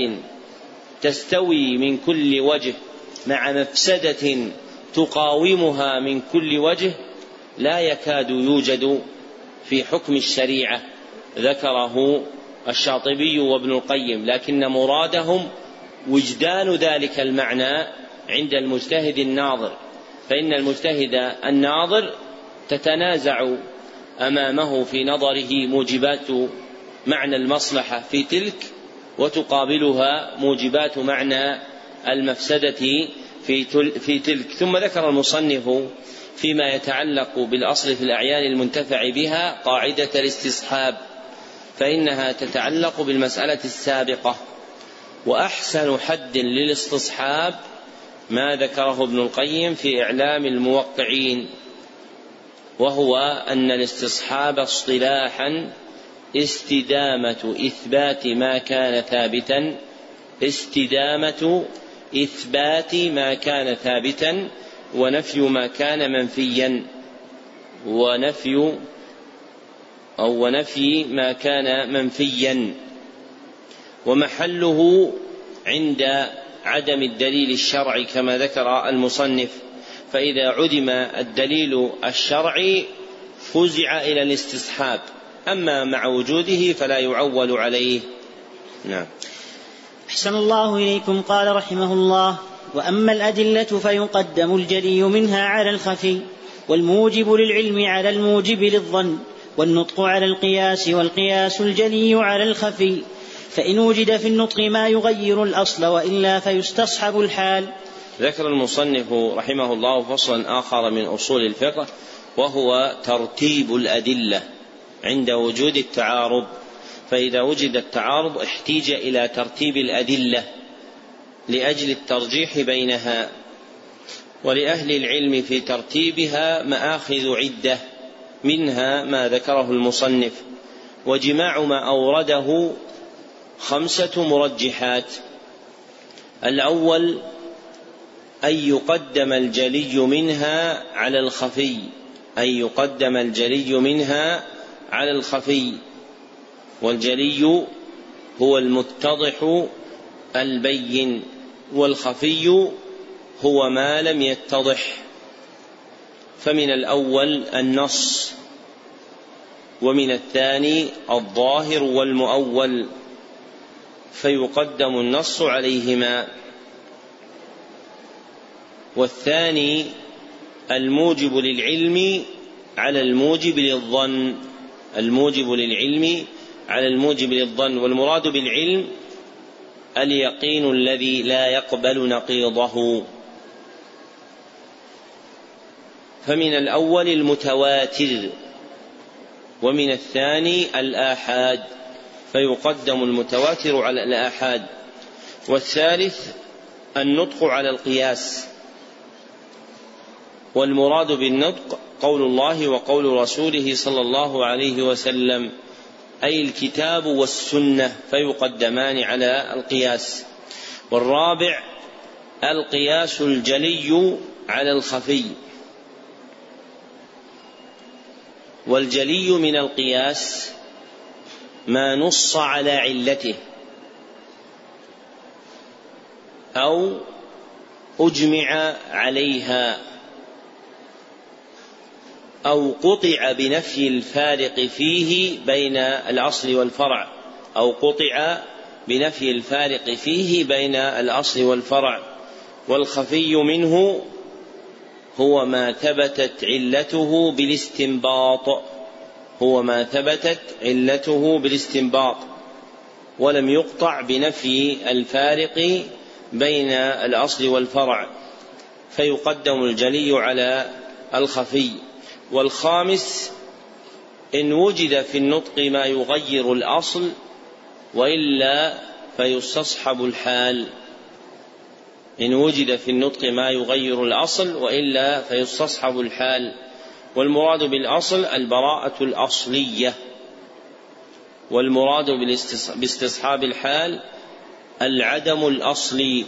تستوي من كل وجه مع مفسدة تقاومها من كل وجه لا يكاد يوجد في حكم الشريعة، ذكره الشاطبي وابن القيم، لكن مرادهم وجدان ذلك المعنى عند المجتهد الناظر، فإن المجتهد الناظر تتنازع أمامه في نظره موجبات معنى المصلحة في تلك وتقابلها موجبات معنى المفسدة في تلك. ثم ذكر المصنف فيما يتعلق بالأصل في الأعيان المنتفع بها قاعدة الاستصحاب، فإنها تتعلق بالمسألة السابقة. وأحسن حد للاستصحاب ما ذكره ابن القيم في إعلام الموقعين، وهو أن الاستصحاب اصطلاحا استدامة إثبات ما كان ثابتا استدامة إثبات ما كان ثابتا ونفي ما كان منفيا ونفي أو ونفي ما كان منفيا. ومحله عند عدم الدليل الشرعي كما ذكر المصنف، فإذا عدم الدليل الشرعي فزع إلى الاستصحاب، أما مع وجوده فلا يعول عليه. نعم. أحسن الله إليكم. قال رحمه الله: وأما الأدلة فيقدم الجلي منها على الخفي، والموجب للعلم على الموجب للظن، والنطق على القياس، والقياس الجلي على الخفي. فإن وجد في النطق ما يغير الأصل وإلا فيستصحب الحال. ذكر المصنف رحمه الله فصلا آخر من أصول الفقه، وهو ترتيب الأدلة عند وجود التعارض. فإذا وجد التعارض احتيج إلى ترتيب الأدلة لأجل الترجيح بينها، ولأهل العلم في ترتيبها مآخذ عدة، منها ما ذكره المصنف. وجماع ما أورده خمسة مرجحات: الأول أن يقدم الجلي منها على الخفي، أن يقدم الجلي منها على الخفي، والجلي هو المتضح البين، والخفي هو ما لم يتضح. فمن الأول النص، ومن الثاني الظاهر والمؤول، فيقدم النص عليهما. والثاني الموجب للعلم على الموجب للظن، الموجب للعلم على الموجب للظن، والمراد بالعلم اليقين الذي لا يقبل نقيضه. فمن الأول المتواتر، ومن الثاني الآحاد، فيقدم المتواتر على الآحاد. والثالث النطق على القياس، والمراد بالنطق قول الله وقول رسوله صلى الله عليه وسلم، أي الكتاب والسنة، فيقدمان على القياس. والرابع القياس الجلي على الخفي، والجلي من القياس ما نص على علته أو أجمع عليها أو قطع بنفي الفارق فيه بين الأصل والفرع، أو قطع بنفي الفارق فيه بين الأصل والفرع. والخفي منه هو ما ثبتت علته بالاستنباط، هو ما ثبتت علته بالاستنباط ولم يقطع بنفي الفارق بين الأصل والفرع، فيقدم الجلي على الخفي. والخامس إن وجد في النطق ما يغير الأصل وإلا فيستصحب الحال، إن وجد في النطق ما يغير الأصل وإلا فيستصحب الحال. والمراد بالأصل البراءة الأصلية، والمراد باستصحاب الحال العدم الأصلي،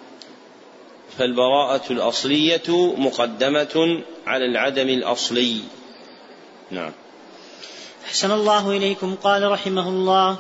فالبراءة الأصلية مقدمة على العدم الأصلي. نعم. أحسن الله إليكم. قال رحمه الله: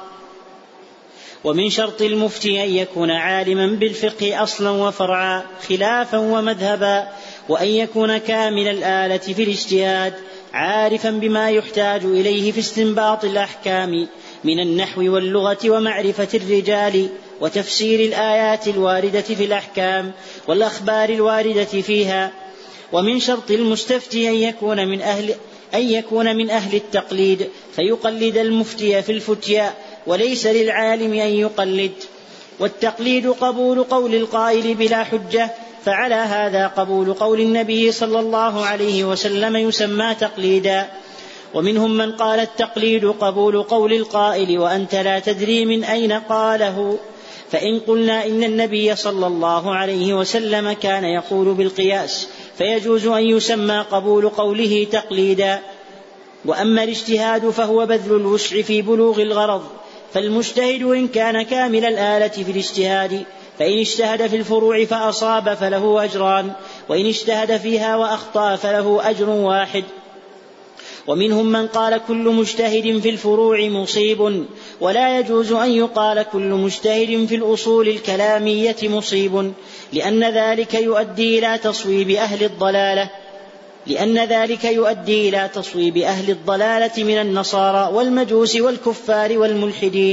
ومن شرط المفتي أن يكون عالما بالفقه أصلا وفرعا خلافا ومذهبا، وأن يكون كامل الآلة في الاجتهاد، عارفا بما يحتاج إليه في استنباط الأحكام من النحو واللغة ومعرفة الرجال وتفسير الآيات الواردة في الأحكام والأخبار الواردة فيها. ومن شرط المستفتي أن يكون من أهل أن يكون من أهل التقليد، فيقلد المفتي في الفتيا، وليس للعالم أن يقلد. والتقليد قبول قول القائل بلا حجة، فعلى هذا قبول قول النبي صلى الله عليه وسلم يسمى تقليدا. ومنهم من قال التقليد قبول قول القائل وأنت لا تدري من أين قاله، فإن قلنا إن النبي صلى الله عليه وسلم كان يقول بالقياس فيجوز أن يسمى قبول قوله تقليدا. وأما الاجتهاد فهو بذل الوسع في بلوغ الغرض، فالمجتهد إن كان كامل الآلة في الاجتهاد فإن اجتهد في الفروع فأصاب فله أجران، وإن اجتهد فيها وأخطأ فله أجر واحد. ومنهم من قال كل مجتهد في الفروع مصيب، ولا يجوز أن يقال كل مجتهد في الأصول الكلامية مصيب، لأن ذلك يؤدي إلى تصويب أهل الضلالة لأن ذلك يؤدي إلى تصويب أهل الضلالة من النصارى والمجوس والكفار والملحدين.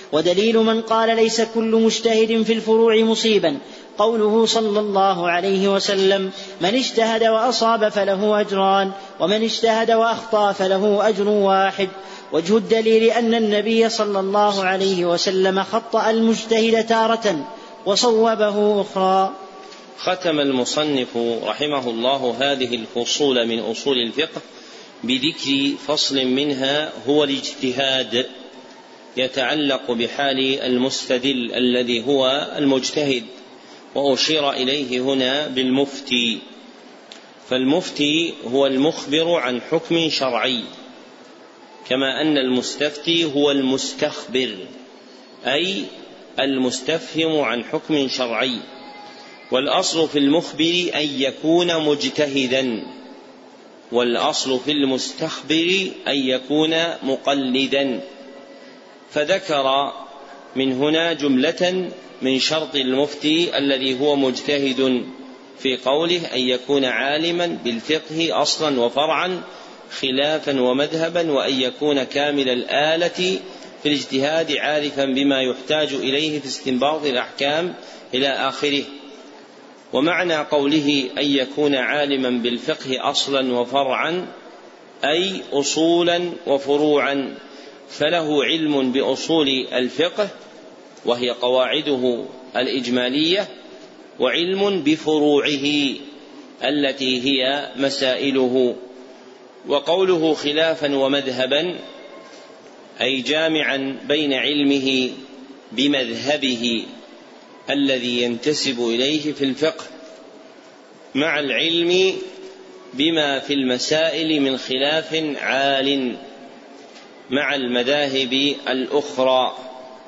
ودليل من قال ليس كل مجتهد في الفروع مصيبا قوله صلى الله عليه وسلم: من اجتهد وأصاب فله أجران، ومن اجتهد وأخطأ فله أجر واحد. وجه الدليل أن النبي صلى الله عليه وسلم خطأ المجتهد تارة وصوبه أخرى. ختم المصنف رحمه الله هذه الفصول من أصول الفقه بذكر فصل منها هو الاجتهاد، يتعلق بحال المستدل الذي هو المجتهد، وأشير إليه هنا بالمفتي. فالمفتي هو المخبر عن حكم شرعي، كما أن المستفتي هو المستخبر أي المستفهم عن حكم شرعي. والأصل في المخبر أن يكون مجتهدا، والأصل في المستخبر أن يكون مقلدا. فذكر من هنا جملة من شرط المفتي الذي هو مجتهد في قوله أن يكون عالما بالفقه أصلا وفرعا خلافا ومذهبا، وأن يكون كامل الآلة في الاجتهاد عارفا بما يحتاج إليه في استنباط الأحكام إلى آخره. ومعنى قوله أن يكون عالما بالفقه أصلا وفرعا أي أصولا وفروعا، فله علم بأصول الفقه وهي قواعده الإجمالية، وعلم بفروعه التي هي مسائله. وقوله خلافا ومذهبا أي جامعا بين علمه بمذهبه الذي ينتسب إليه في الفقه مع العلم بما في المسائل من خلاف عال مع المذاهب الأخرى.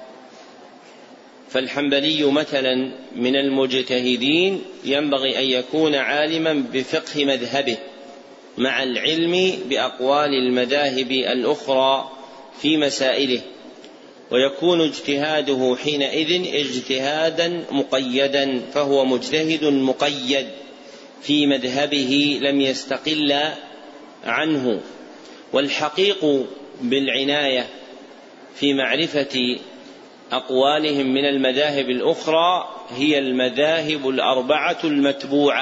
فالحنبلي مثلا من المجتهدين ينبغي أن يكون عالما بفقه مذهبه مع العلم بأقوال المذاهب الأخرى في مسائله، ويكون اجتهاده حينئذ اجتهادا مقيدا، فهو مجتهد مقيد في مذهبه لم يستقل عنه. والحقيق بالعناية في معرفة أقوالهم من المذاهب الأخرى هي المذاهب الأربعة المتبوعة،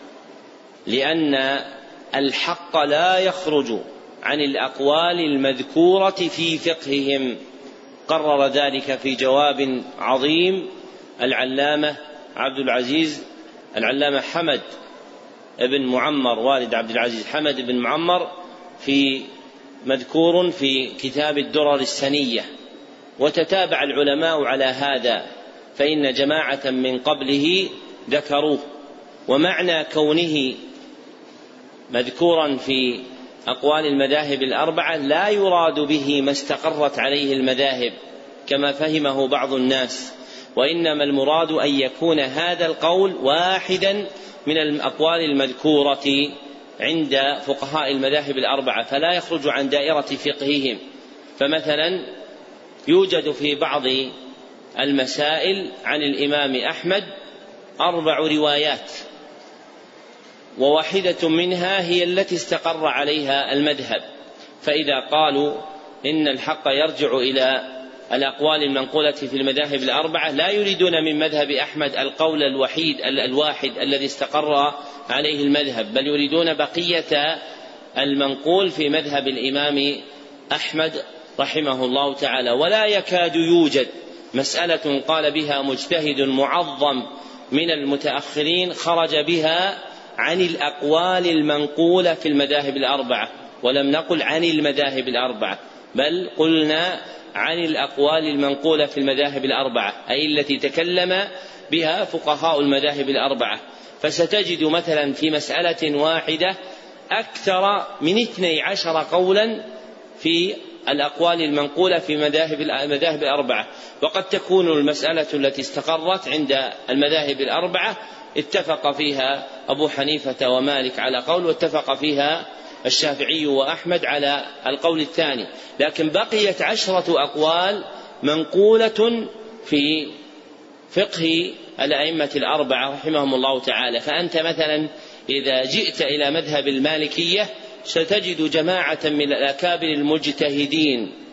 لأن الحق لا يخرج عن الأقوال المذكورة في فقههم. قرر ذلك في جواب عظيم العلامة عبد العزيز العلامة حمد بن معمر والد عبد العزيز حمد بن معمر في مذكور في كتاب الدرر السنية. وتتابع العلماء على هذا، فإن جماعة من قبله ذكروه. ومعنى كونه مذكورا في أقوال المذاهب الأربعة لا يراد به ما استقرت عليه المذاهب كما فهمه بعض الناس، وإنما المراد أن يكون هذا القول واحدا من الأقوال المذكورة عند فقهاء المذاهب الأربعة فلا يخرج عن دائرة فقههم. فمثلا يوجد في بعض المسائل عن الإمام أحمد أربع روايات، وواحدة منها هي التي استقر عليها المذهب. فإذا قالوا إن الحق يرجع إلى الأقوال المنقولة في المذاهب الأربعة لا يريدون من مذهب أحمد القول الوحيد الواحد الذي استقر عليه المذهب، بل يريدون بقية المنقول في مذهب الإمام أحمد رحمه الله تعالى. ولا يكاد يوجد مسألة قال بها مجتهد معظم من المتأخرين خرج بها عن الأقوال المنقولة في المذاهب الأربعة، ولم نقل عن المذاهب الأربعة بل قلنا عن الأقوال المنقولة في المذاهب الأربعة، أي التي تكلم بها فقهاء المذاهب الأربعة. فستجد مثلا في مسألة واحدة أكثر من اثني عشر قولا في الأقوال المنقولة في مذاهب المذاهب الأربعة، وقد تكون المسألة التي استقرت عند المذاهب الأربعة اتفق فيها أبو حنيفة ومالك على قول، واتفق فيها الشافعي وأحمد على القول الثاني، لكن بقيت عشرة أقوال منقولة في فقه الأئمة الأربعة رحمهم الله تعالى. فأنت مثلا إذا جئت إلى مذهب المالكية ستجد جماعة من الأكابر المجتهدين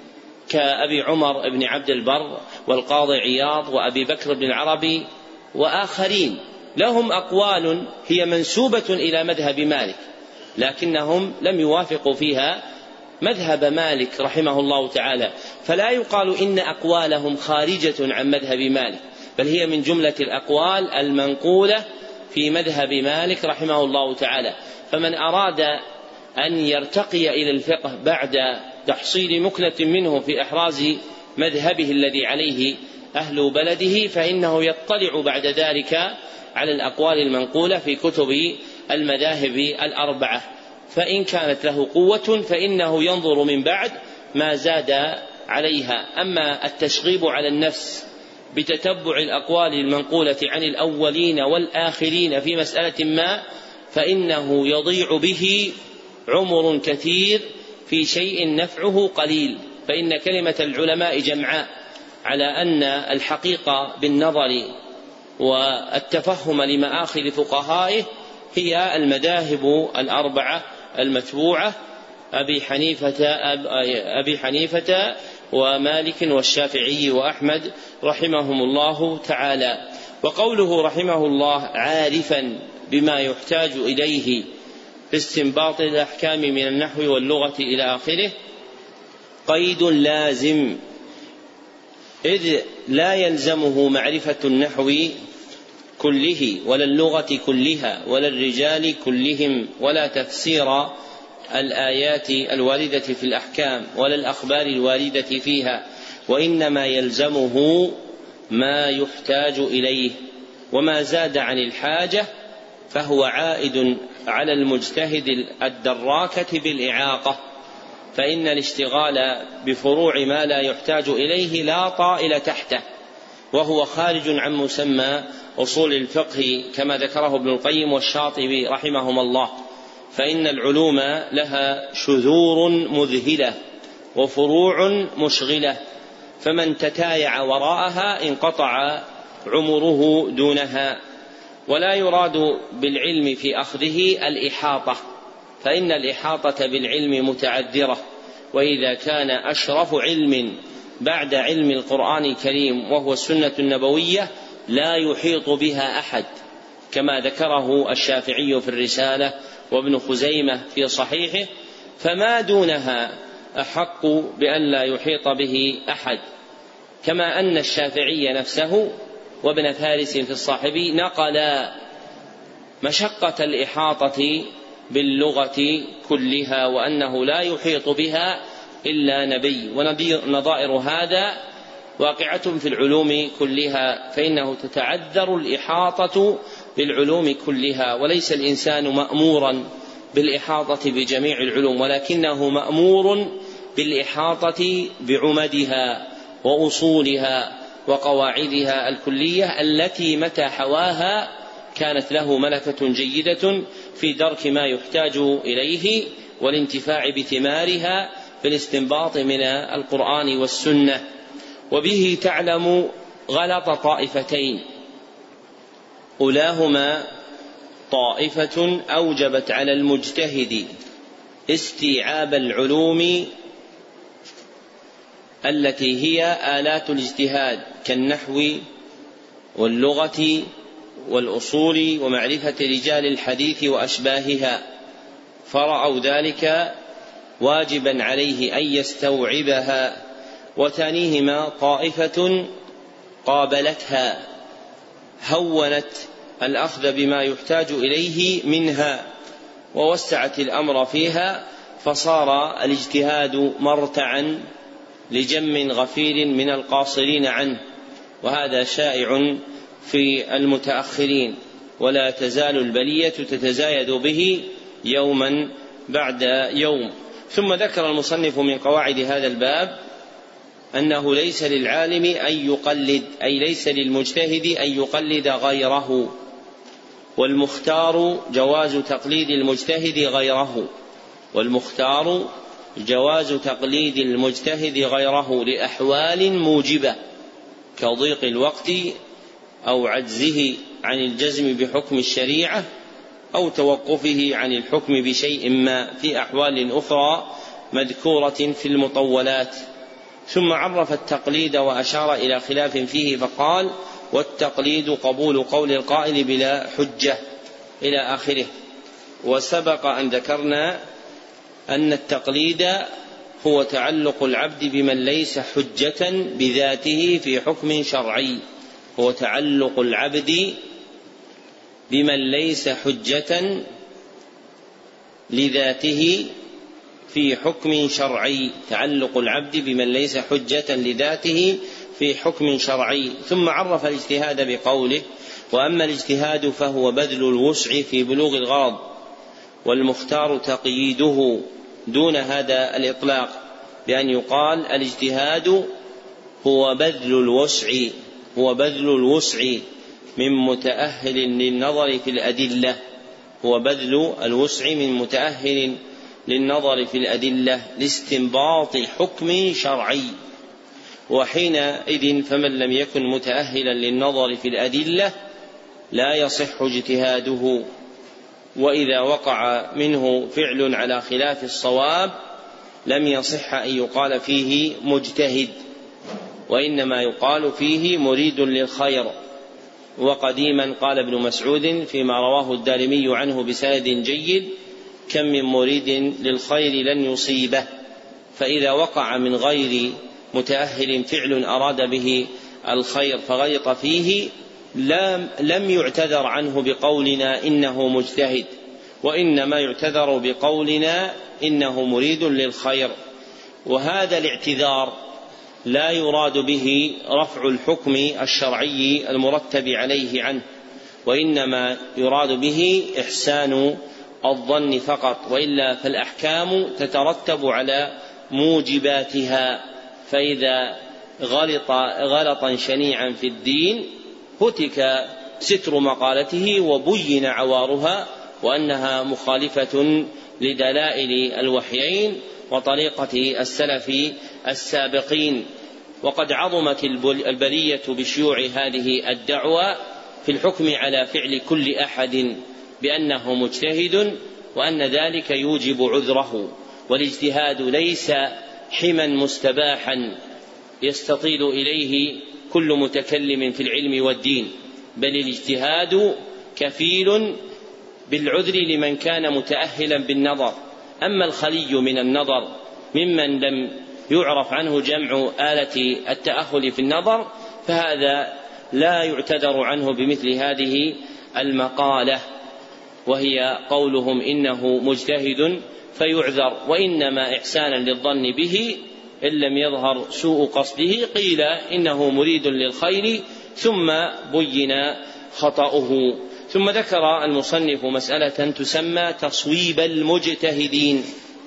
كأبي عمر بن عبد البر والقاضي عياض وأبي بكر بن العربي وآخرين، لهم أقوال هي منسوبة إلى مذهب مالك، لكنهم لم يوافقوا فيها مذهب مالك رحمه الله تعالى، فلا يقال إن أقوالهم خارجة عن مذهب مالك، بل هي من جملة الأقوال المنقولة في مذهب مالك رحمه الله تعالى. فمن أراد أن يرتقي إلى الفقه بعد تحصيل مكنة منه في إحراز مذهبه الذي عليه أهل بلده، فإنه يطلع بعد ذلك على الأقوال المنقولة في كتب المذاهب الأربعة، فإن كانت له قوة فإنه ينظر من بعد ما زاد عليها. أما التشغيب على النفس بتتبع الأقوال المنقولة عن الأولين والآخرين في مسألة ما، فإنه يضيع به عمر كثير في شيء نفعه قليل. فإن كلمة العلماء جمعاء على أن الحقيقة بالنظر والتفهم لمآخذ فقهائه هي المذاهب الأربعة المتبوعة، أبي حنيفة, أبي حنيفة ومالك والشافعي وأحمد رحمهم الله تعالى. وقوله رحمه الله عارفا بما يحتاج إليه في استنباط الأحكام من النحو واللغة إلى آخره قيد لازم، إذ لا يلزمه معرفة النحو كله ولا اللغة كلها ولا الرجال كلهم ولا تفسير الآيات الواردة في الأحكام ولا الأخبار الواردة فيها، وإنما يلزمه ما يحتاج إليه، وما زاد عن الحاجة فهو عائد على المجتهد الدراكة بالإعاقة، فإن الاشتغال بفروع ما لا يحتاج إليه لا طائل تحته، وهو خارج عن مسمى أصول الفقه كما ذكره ابن القيم والشاطبي رحمهما الله، فإن العلوم لها شذور مذهلة وفروع مشغلة، فمن تتايع وراءها انقطع عمره دونها. ولا يراد بالعلم في أخذه الإحاطة، فإن الإحاطة بالعلم متعذرة، وإذا كان أشرف علم بعد علم القرآن الكريم وهو السنة النبوية لا يحيط بها أحد، كما ذكره الشافعي في الرسالة وابن خزيمة في صحيحه، فما دونها أحق بأن لا يحيط به أحد. كما أن الشافعي نفسه وابن فارس في الصاحبي نقل مشقة الإحاطة باللغة كلها، وأنه لا يحيط بها إلا نبي. ونظائر هذا واقعة في العلوم كلها، فإنه تتعذر الإحاطة بالعلوم كلها، وليس الإنسان مأمورا بالإحاطة بجميع العلوم، ولكنه مأمور بالإحاطة بعمدها وأصولها وقواعدها الكلية التي متى حواها كانت له ملكة جيدة في درك ما يحتاج إليه والانتفاع بثمارها في الاستنباط من القرآن والسنة. وبه تعلم غلط طائفتين، أولاهما طائفة أوجبت على المجتهد استيعاب العلوم التي هي آلات الاجتهاد كالنحو واللغة والأصول ومعرفة رجال الحديث وأشباهها، فرأوا ذلك واجبا عليه أن يستوعبها. وثانيهما طائفة قابلتها هونت الأخذ بما يحتاج إليه منها ووسعت الأمر فيها، فصار الاجتهاد مرتعا لجم غفير من القاصرين عنه، وهذا شائع في المتأخرين، ولا تزال البلية تتزايد به يوما بعد يوم. ثم ذكر المصنف من قواعد هذا الباب أنه ليس للعالم أن يقلد، أي ليس للمجتهد أن يقلد غيره، والمختار جواز تقليد المجتهد غيره، والمختار جواز تقليد المجتهد غيره لأحوال موجبة كضيق الوقت أو عجزه عن الجزم بحكم الشريعة أو توقفه عن الحكم بشيء ما في أحوال أخرى مذكورة في المطولات. ثم عرف التقليد وأشار إلى خلاف فيه فقال: والتقليد قبول قول القائل بلا حجة إلى آخره. وسبق أن ذكرنا أن التقليد هو تعلق العبد بمن ليس حجة بذاته في حكم شرعي، هو تعلق العبد بمن ليس حجة لذاته في حكم شرعي، تعلق العبد بمن ليس حجة لذاته في حكم شرعي. ثم عرف الاجتهاد بقوله: وأما الاجتهاد فهو بذل الوسع في بلوغ الغرض، والمختار تقييده دون هذا الإطلاق بأن يقال الاجتهاد هو بذل الوسع هو بذل الوسع من متأهل للنظر في الأدلة هو بذل الوسع من متأهل للنظر في الأدلة لاستنباط حكم شرعي. وحينئذ فمن لم يكن متأهلا للنظر في الأدلة لا يصح اجتهاده، وإذا وقع منه فعل على خلاف الصواب لم يصح أن يقال فيه مجتهد، وإنما يقال فيه مريد للخير. وقديما قال ابن مسعود فيما رواه الدارمي عنه بسند جيد: كم من مريد للخير لن يصيبه. فإذا وقع من غير متأهل فعل أراد به الخير فغلط فيه لم يعتذر عنه بقولنا إنه مجتهد، وإنما يعتذر بقولنا إنه مريد للخير. وهذا الاعتذار لا يراد به رفع الحكم الشرعي المرتب عليه عنه، وإنما يراد به إحسان الظن فقط، وإلا فالأحكام تترتب على موجباتها. فإذا غلط غلطا شنيعا في الدين هتك ستر مقالته وبين عوارها وأنها مخالفة لدلائل الوحيين وطريقة السلف السابقين. وقد عظمت البلية بشيوع هذه الدعوة في الحكم على فعل كل أحد بأنه مجتهد، وأن ذلك يوجب عذره. والاجتهاد ليس حما مستباحا يستطيل إليه كل متكلم في العلم والدين، بل الاجتهاد كفيل بالعذر لمن كان متأهلا بالنظر. أما الخلي من النظر ممن لم يعرف عنه جمع آلة التأهل في النظر فهذا لا يعتذر عنه بمثل هذه المقالة، وهي قولهم إنه مجتهد فيعذر، وإنما إحسانا للظن به إن لم يظهر سوء قصده قيل إنه مريد للخير ثم بين خطأه. ثم ذكر المصنف مسألة تسمى تصويب المجتهدين،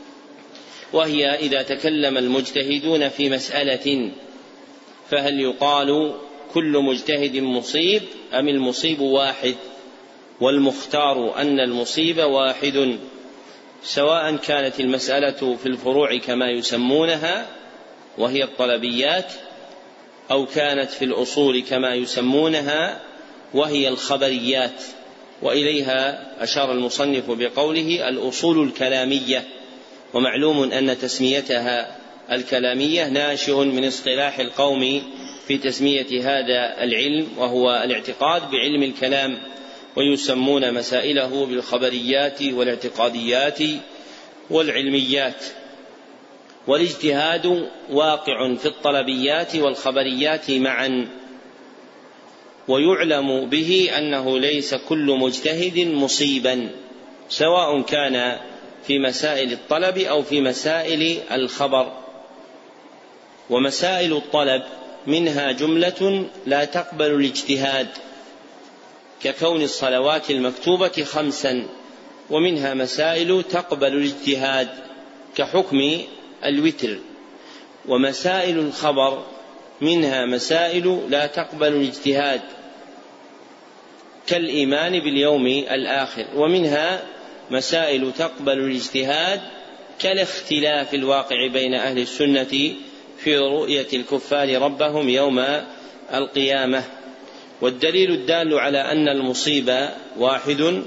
وهي إذا تكلم المجتهدون في مسألة فهل يقال كل مجتهد مصيب أم المصيب واحد؟ والمختار أن المصيب واحد، سواء كانت المسألة في الفروع كما يسمونها وهي الطلبيات، أو كانت في الأصول كما يسمونها وهي الخبريات. وإليها أشار المصنف بقوله الأصول الكلامية. ومعلوم أن تسميتها الكلامية ناشئ من اصطلاح القوم في تسمية هذا العلم، وهو الاعتقاد بعلم الكلام، ويسمون مسائله بالخبريات والاعتقاديات والعلميات. والاجتهاد واقع في الطلبيات والخبريات معا، ويعلم به أنه ليس كل مجتهد مصيبا، سواء كان في مسائل الطلب أو في مسائل الخبر. ومسائل الطلب منها جملة لا تقبل الاجتهاد ككون الصلوات المكتوبة خمسا، ومنها مسائل تقبل الاجتهاد كحكم الوتر. ومسائل الخبر منها مسائل لا تقبل الاجتهاد كالإيمان باليوم الآخر، ومنها مسائل تقبل الاجتهاد كالاختلاف الواقع بين أهل السنة في رؤية الكفار ربهم يوم القيامة. والدليل الدال على أن المصيبة واحد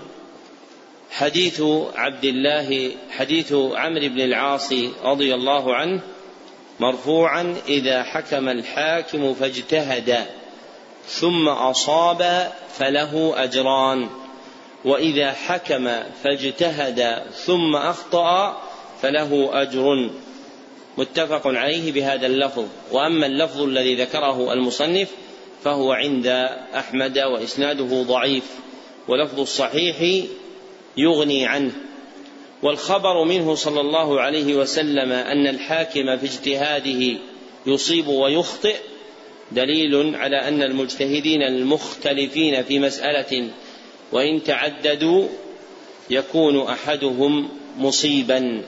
حديث عبد الله حديث عمرو بن العاص رضي الله عنه مرفوعا: إذا حكم الحاكم فاجتهد ثم أصاب فله أجران، وإذا حكم فاجتهد ثم أخطأ فله أجر. متفق عليه بهذا اللفظ. وأما اللفظ الذي ذكره المصنف فهو عند أحمد وإسناده ضعيف، ولفظ الصحيح يغني عنه. والخبر منه صلى الله عليه وسلم أن الحاكم في اجتهاده يصيب ويخطئ دليل على أن المجتهدين المختلفين في مسألة وإن تعددوا يكون أحدهم مصيبا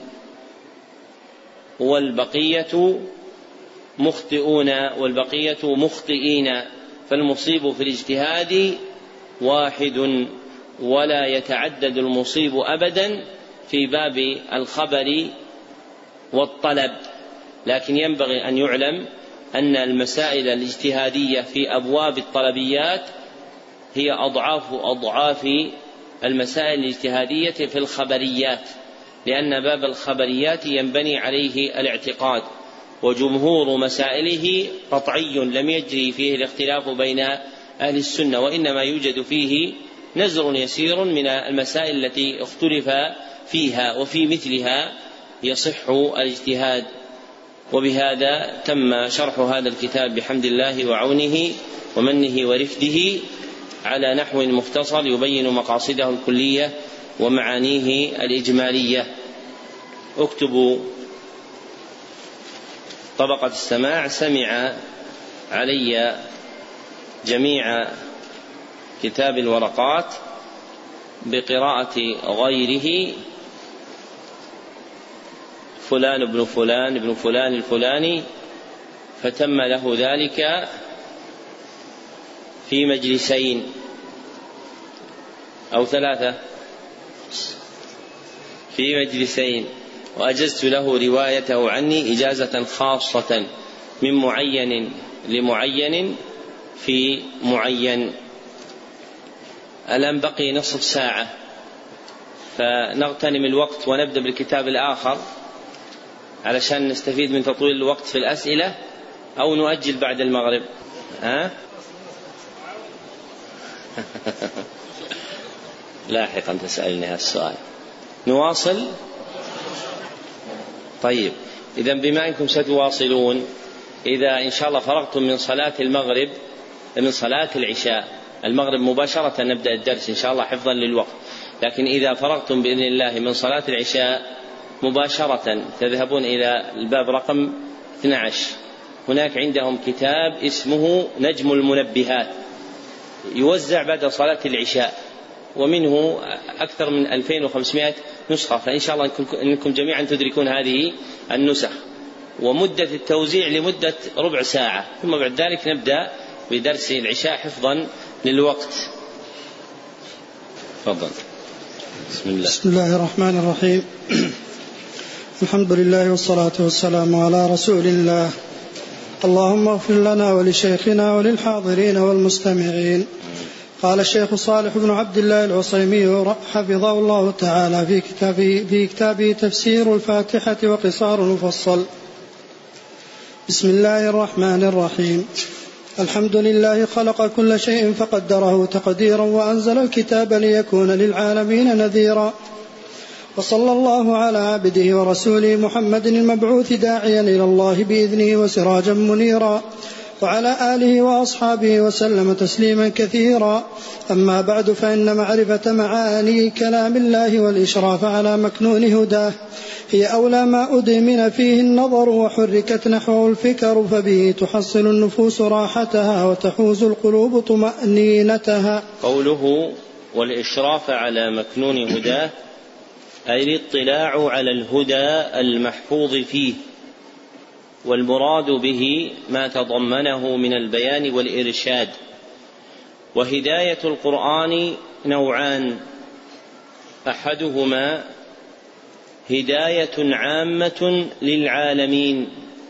والبقية مخطئون والبقية مخطئين، فالمصيب في الاجتهاد واحد، ولا يتعدد المصيب أبدا في باب الخبر والطلب. لكن ينبغي أن يعلم أن المسائل الاجتهادية في أبواب الطلبيات هي أضعاف أضعاف المسائل الاجتهادية في الخبريات، لأن باب الخبريات ينبني عليه الاعتقاد، وجمهور مسائله قطعي لم يجري فيه الاختلاف بين أهل السنة، وإنما يوجد فيه نزر يسير من المسائل التي اختلف فيها، وفي مثلها يصح الاجتهاد. وبهذا تم شرح هذا الكتاب بحمد الله وعونه ومنه ورفده على نحو مختصر يبين مقاصده الكلية ومعانيه الإجمالية. اكتبوا طبقة السماع: سمع علي جميع كتاب الورقات بقراءة غيره فلان ابن فلان ابن فلان الفلاني، فتم له ذلك في مجلسين أو ثلاثة في مجلسين، وأجزت له روايته عني إجازة خاصة من معين لمعين في معين. الآن بقي نصف ساعة، فنغتنم الوقت ونبدأ بالكتاب الآخر علشان نستفيد من تطويل الوقت في الأسئلة، أو نؤجل بعد المغرب. ها؟ لاحقا تسألني هذا السؤال. نواصل؟ طيب، إذا بما أنكم ستواصلون، إذا إن شاء الله فرغتم من صلاة المغرب من صلاة العشاء، المغرب مباشرة نبدأ الدرس إن شاء الله حفظا للوقت، لكن إذا فرغتم بإذن الله من صلاة العشاء مباشرة تذهبون إلى الباب رقم اثني عشر. هناك عندهم كتاب اسمه نجم المنبهات، يوزع بعد صلاة العشاء، ومنه أكثر من ألفين وخمسمائة نسخة، فإن شاء الله أنكم جميعا تدركون هذه النسخ. ومدة التوزيع لمدة ربع ساعة، ثم بعد ذلك نبدأ بدرس العشاء حفظا للوقت. تفضل. بسم الله. بسم الله الرحمن الرحيم. الحمد لله والصلاة والسلام على رسول الله. اللهم اغفر لنا ولشيخنا وللحاضرين والمستمعين. قال الشيخ صالح بن عبد الله العصيمي حفظه الله تعالى في كتابه, في كتابه تفسير الفاتحة وقصار مفصل. بسم الله الرحمن الرحيم. الحمد لله خلق كل شيء فقدره تقديرا، وأنزل الكتاب ليكون للعالمين نذيرا، وصلى الله على عبده ورسوله محمد المبعوث داعيا إلى الله بإذنه وسراجا منيرا، وعلى آله وأصحابه وسلم تسليما كثيرا. أما بعد، فإن معرفة معاني كلام الله والإشراف على مكنون هداه هي أولى ما أدمن فيه النظر وحركت نحوه الفكر، فبه تحصل النفوس راحتها وتحوز القلوب طمأنينتها. قوله والإشراف على مكنون هداه أي الاطلاع على الهدى المحفوظ فيه، والمراد به ما تضمنه من البيان والإرشاد. وهداية القرآن نوعان: أحدهما هداية عامة للعالمين،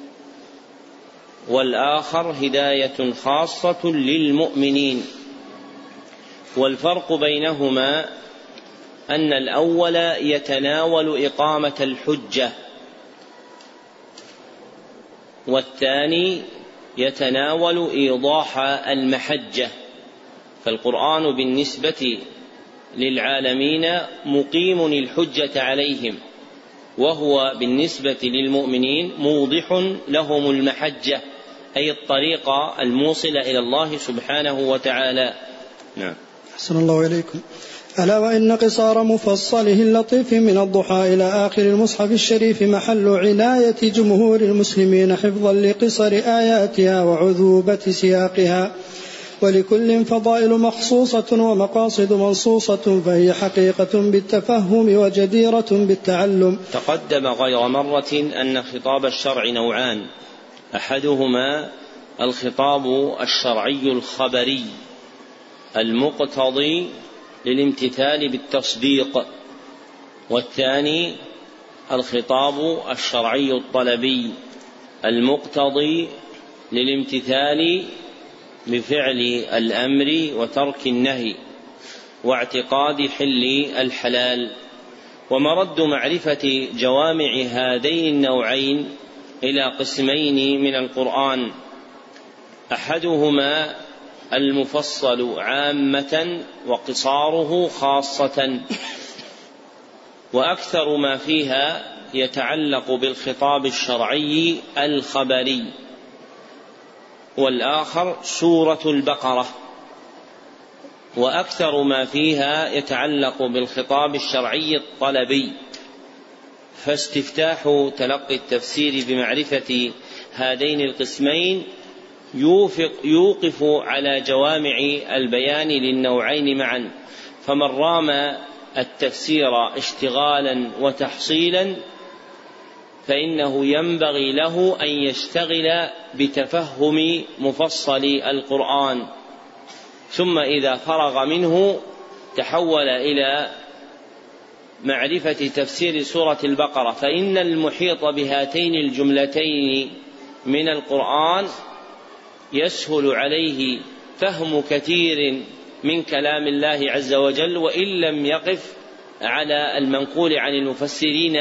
والآخر هداية خاصة للمؤمنين. والفرق بينهما أن الأول يتناول إقامة الحجة، والثاني يتناول إيضاح المحجة، فالقرآن بالنسبة للعالمين مقيم الحجة عليهم، وهو بالنسبة للمؤمنين موضح لهم المحجة، أي الطريقة الموصلة إلى الله سبحانه وتعالى. نعم. أحسن الله إليكم. ألا وإن قصار مفصله اللطيف من الضحى إلى آخر المصحف الشريف محل عناية جمهور المسلمين حفظا لقصر آياتها وعذوبة سياقها، ولكل فضائل مخصوصة ومقاصد منصوصة، فهي حقيقة بالتفهم وجديرة بالتعلم. تقدم غير مرة أن خطاب الشرع نوعان، أحدهما الخطاب الشرعي الخبري المقتضي للامتثال بالتصديق، والثاني الخطاب الشرعي الطلبي المقتضي للامتثال بفعل الأمر وترك النهي واعتقاد حل الحلال. ومرد معرفة جوامع هذين النوعين إلى قسمين من القرآن، أحدهما المفصل عامة وقصاره خاصة، وأكثر ما فيها يتعلق بالخطاب الشرعي الخبري، والآخر سورة البقرة، وأكثر ما فيها يتعلق بالخطاب الشرعي الطلبي. فاستفتاح تلقي التفسير بمعرفة هذين القسمين يوفق يوقف على جوامع البيان للنوعين معا، فمن رام التفسير اشتغالا وتحصيلا فإنه ينبغي له أن يشتغل بتفهم مفصل القرآن، ثم إذا فرغ منه تحول إلى معرفة تفسير سورة البقرة، فإن المحيط بهاتين الجملتين من القرآن يسهل عليه فهم كثير من كلام الله عز وجل، وإن لم يقف على المنقول عن المفسرين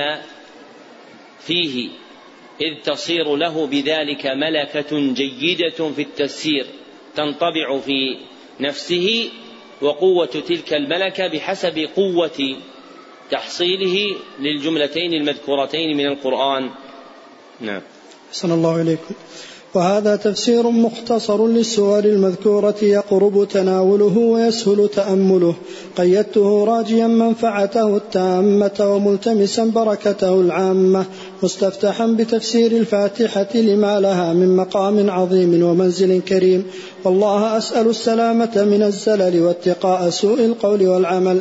فيه، إذ تصير له بذلك ملكة جيدة في التفسير تنطبع في نفسه، وقوة تلك الملكة بحسب قوة تحصيله للجملتين المذكورتين من القرآن. نعم. أحسن الله إليكم. وهذا تفسير مختصر للسور المذكورة يقرب تناوله ويسهل تأمله، قيدته راجيا منفعته التامة وملتمسا بركته العامة، مستفتحا بتفسير الفاتحة لما لها من مقام عظيم ومنزل كريم، والله أسأل السلامة من الزلل واتقاء سوء القول والعمل.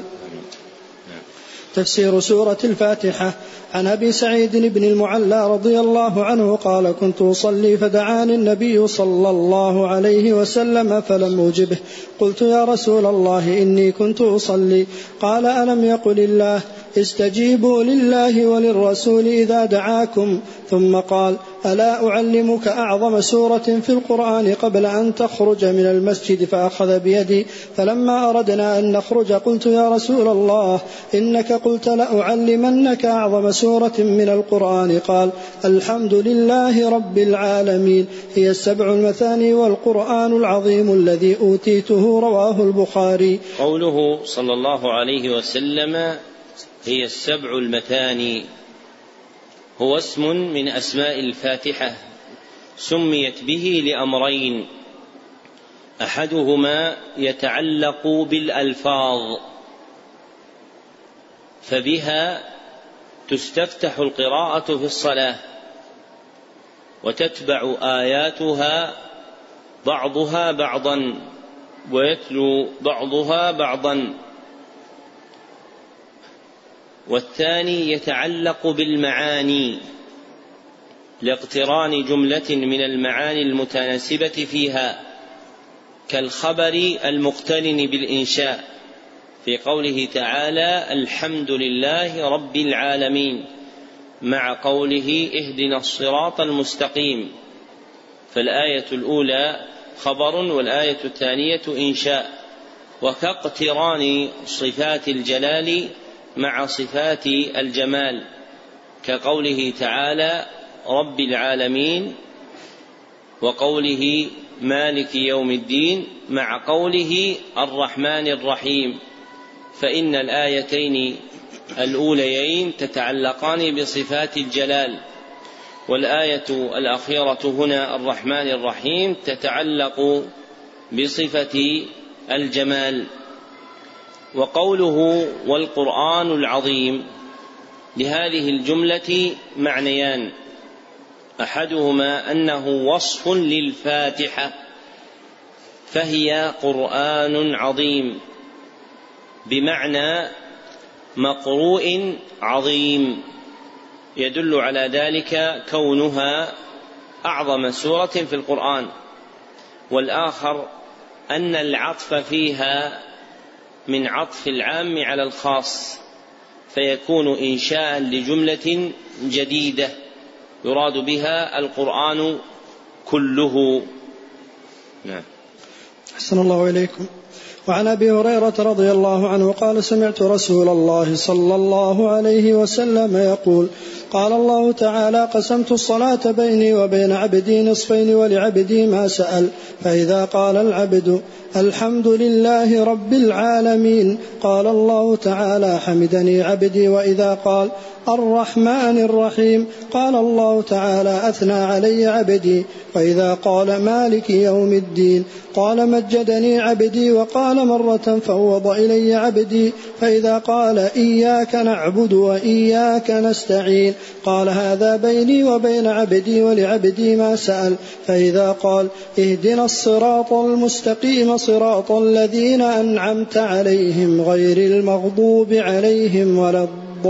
تفسير سورة الفاتحة. عن أبي سعيد بن المعلى رضي الله عنه قال: كنت أصلي فدعاني النبي صلى الله عليه وسلم فلم أجبه، قلت: يا رسول الله إني كنت أصلي. قال: ألم يقل الله استجيبوا لله وللرسول إذا دعاكم؟ ثم قال: ألا أعلمك أعظم سورة في القرآن قبل أن تخرج من المسجد؟ فأخذ بيدي، فلما أردنا أن نخرج قلت: يا رسول الله إنك قلت لأعلمنك أعظم سورة من القرآن. قال: الحمد لله رب العالمين، هي السبع المثاني والقرآن العظيم الذي أوتيته. رواه البخاري. قوله صلى الله عليه وسلم هي السبع المثاني هو اسم من أسماء الفاتحة، سميت به لأمرين: أحدهما يتعلق بالألفاظ، فبها تستفتح القراءة في الصلاة، وتتبع آياتها بعضها بعضا، ويتلو بعضها بعضا. والثاني يتعلق بالمعاني، لاقتران جملة من المعاني المتناسبة فيها، كالخبر المقترن بالإنشاء في قوله تعالى: الحمد لله رب العالمين، مع قوله: اهدنا الصراط المستقيم، فالآية الأولى خبر والآية الثانية إنشاء. وكاقتران صفات الجلال مع صفات الجمال، كقوله تعالى: رب العالمين، وقوله مالك يوم الدين مع قوله الرحمن الرحيم، فإن الآيتين الأوليين تتعلقان بصفات الجلال، والآية الأخيرة هنا الرحمن الرحيم تتعلق بصفة الجمال. وقوله والقرآن العظيم، لهذه الجملة معنيان، أحدهما أنه وصف للفاتحة فهي قرآن عظيم بمعنى مقروء عظيم، يدل على ذلك كونها أعظم سورة في القرآن. والآخر أن العطف فيها من عطف العام على الخاص، فيكون إنشاء لجملة جديدة يراد بها القرآن كله. نعم. أحسن الله إليكم. وعن أبي هريرة رضي الله عنه قال سمعت رسول الله صلى الله عليه وسلم يقول قال الله تعالى قسمت الصلاة بيني وبين عبدي نصفين ولعبدي ما سأل، فإذا قال العبد الحمد لله رب العالمين قال الله تعالى حمدني عبدي، وإذا قال الرحمن الرحيم قال الله تعالى أثنى علي عبدي، وإذا قال مالك يوم الدين قال مجدني عبدي، وقال مرة فوض إلي عبدي، فإذا قال إياك نعبد وإياك نستعين قال هذا بيني وبين عبدي ولعبدي ما سأل، فإذا قال اهدنا الصراط المستقيم صراط الذين أنعمت عليهم غير المغضوب عليهم ولا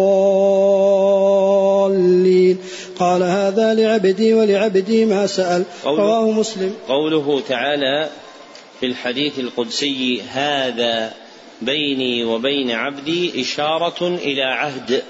الضالين قال هذا لعبدي ولعبدي ما سأل. رواه مسلم. قوله تعالى في الحديث القدسي هذا بيني وبين عبدي إشارة إلى عهد،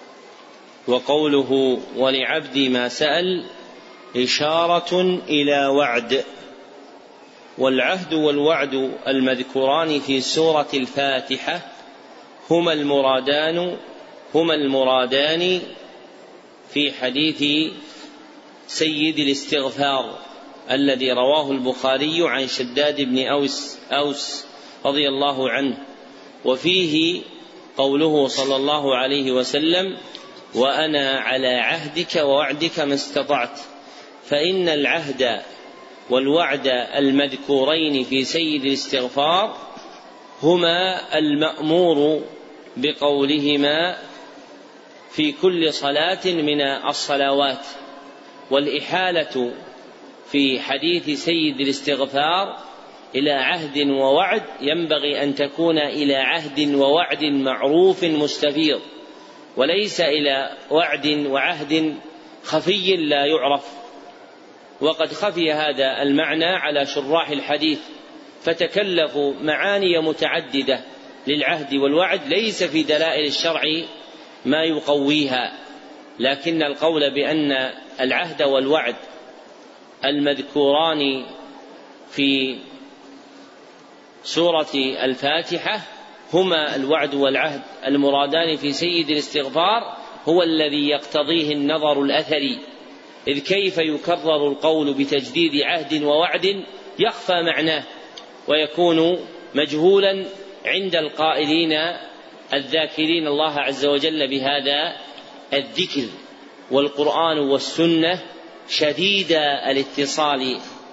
وقوله ولعبدي ما سأل إشارة إلى وعد. والعهد والوعد المذكوران في سورة الفاتحة هما المرادان هما المرادان في حديث سيد الاستغفار الذي رواه البخاري عن شداد بن أوس, أوس رضي الله عنه، وفيه قوله صلى الله عليه وسلم وأنا على عهدك ووعدك ما استطعت، فإن العهد والوعد المذكورين في سيد الاستغفار هما المأمور بقولهما في كل صلاة من الصلوات، والإحالة في حديث سيد الاستغفار إلى عهد ووعد ينبغي أن تكون إلى عهد ووعد معروف مستفيض، وليس إلى وعد وعهد خفي لا يعرف. وقد خفي هذا المعنى على شراح الحديث فتكلفوا معاني متعددة للعهد والوعد ليس في دلائل الشرع ما يقويها، لكن القول بأن العهد والوعد المذكوران في سورة الفاتحة هما الوعد والعهد المرادان في سيد الاستغفار هو الذي يقتضيه النظر الأثري، إذ كيف يكرر القول بتجديد عهد ووعد يخفى معناه ويكون مجهولا عند القائلين الذاكرين الله عز وجل بهذا الذكر. والقرآن والسنة شديد الاتصال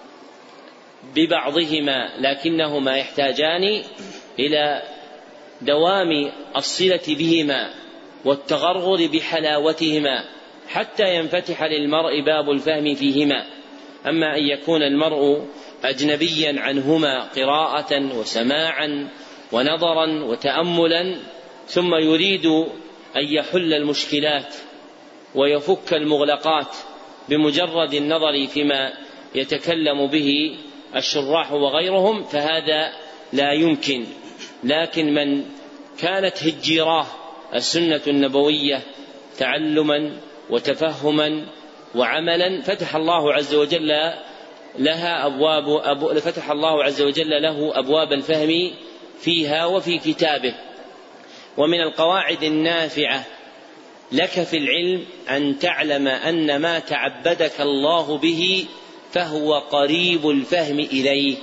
ببعضهما، لكنهما يحتاجان إلى دوام الصلة بهما والتغرغر بحلاوتهما حتى ينفتح للمرء باب الفهم فيهما. أما أن يكون المرء أجنبيا عنهما قراءة وسماعا ونظرا وتأملا ثم يريد أن يحل المشكلات ويفك المغلقات بمجرد النظر فيما يتكلم به الشراح وغيرهم فهذا لا يمكن. لكن من كانت هجيراه السنة النبوية تعلما وتفهما وعملا فتح الله عز وجل لها أبواب أبو فتح الله عز وجل له أبواب الفهم فيها وفي كتابه. ومن القواعد النافعة لك في العلم أن تعلم أن ما تعبدك الله به فهو قريب الفهم إليك،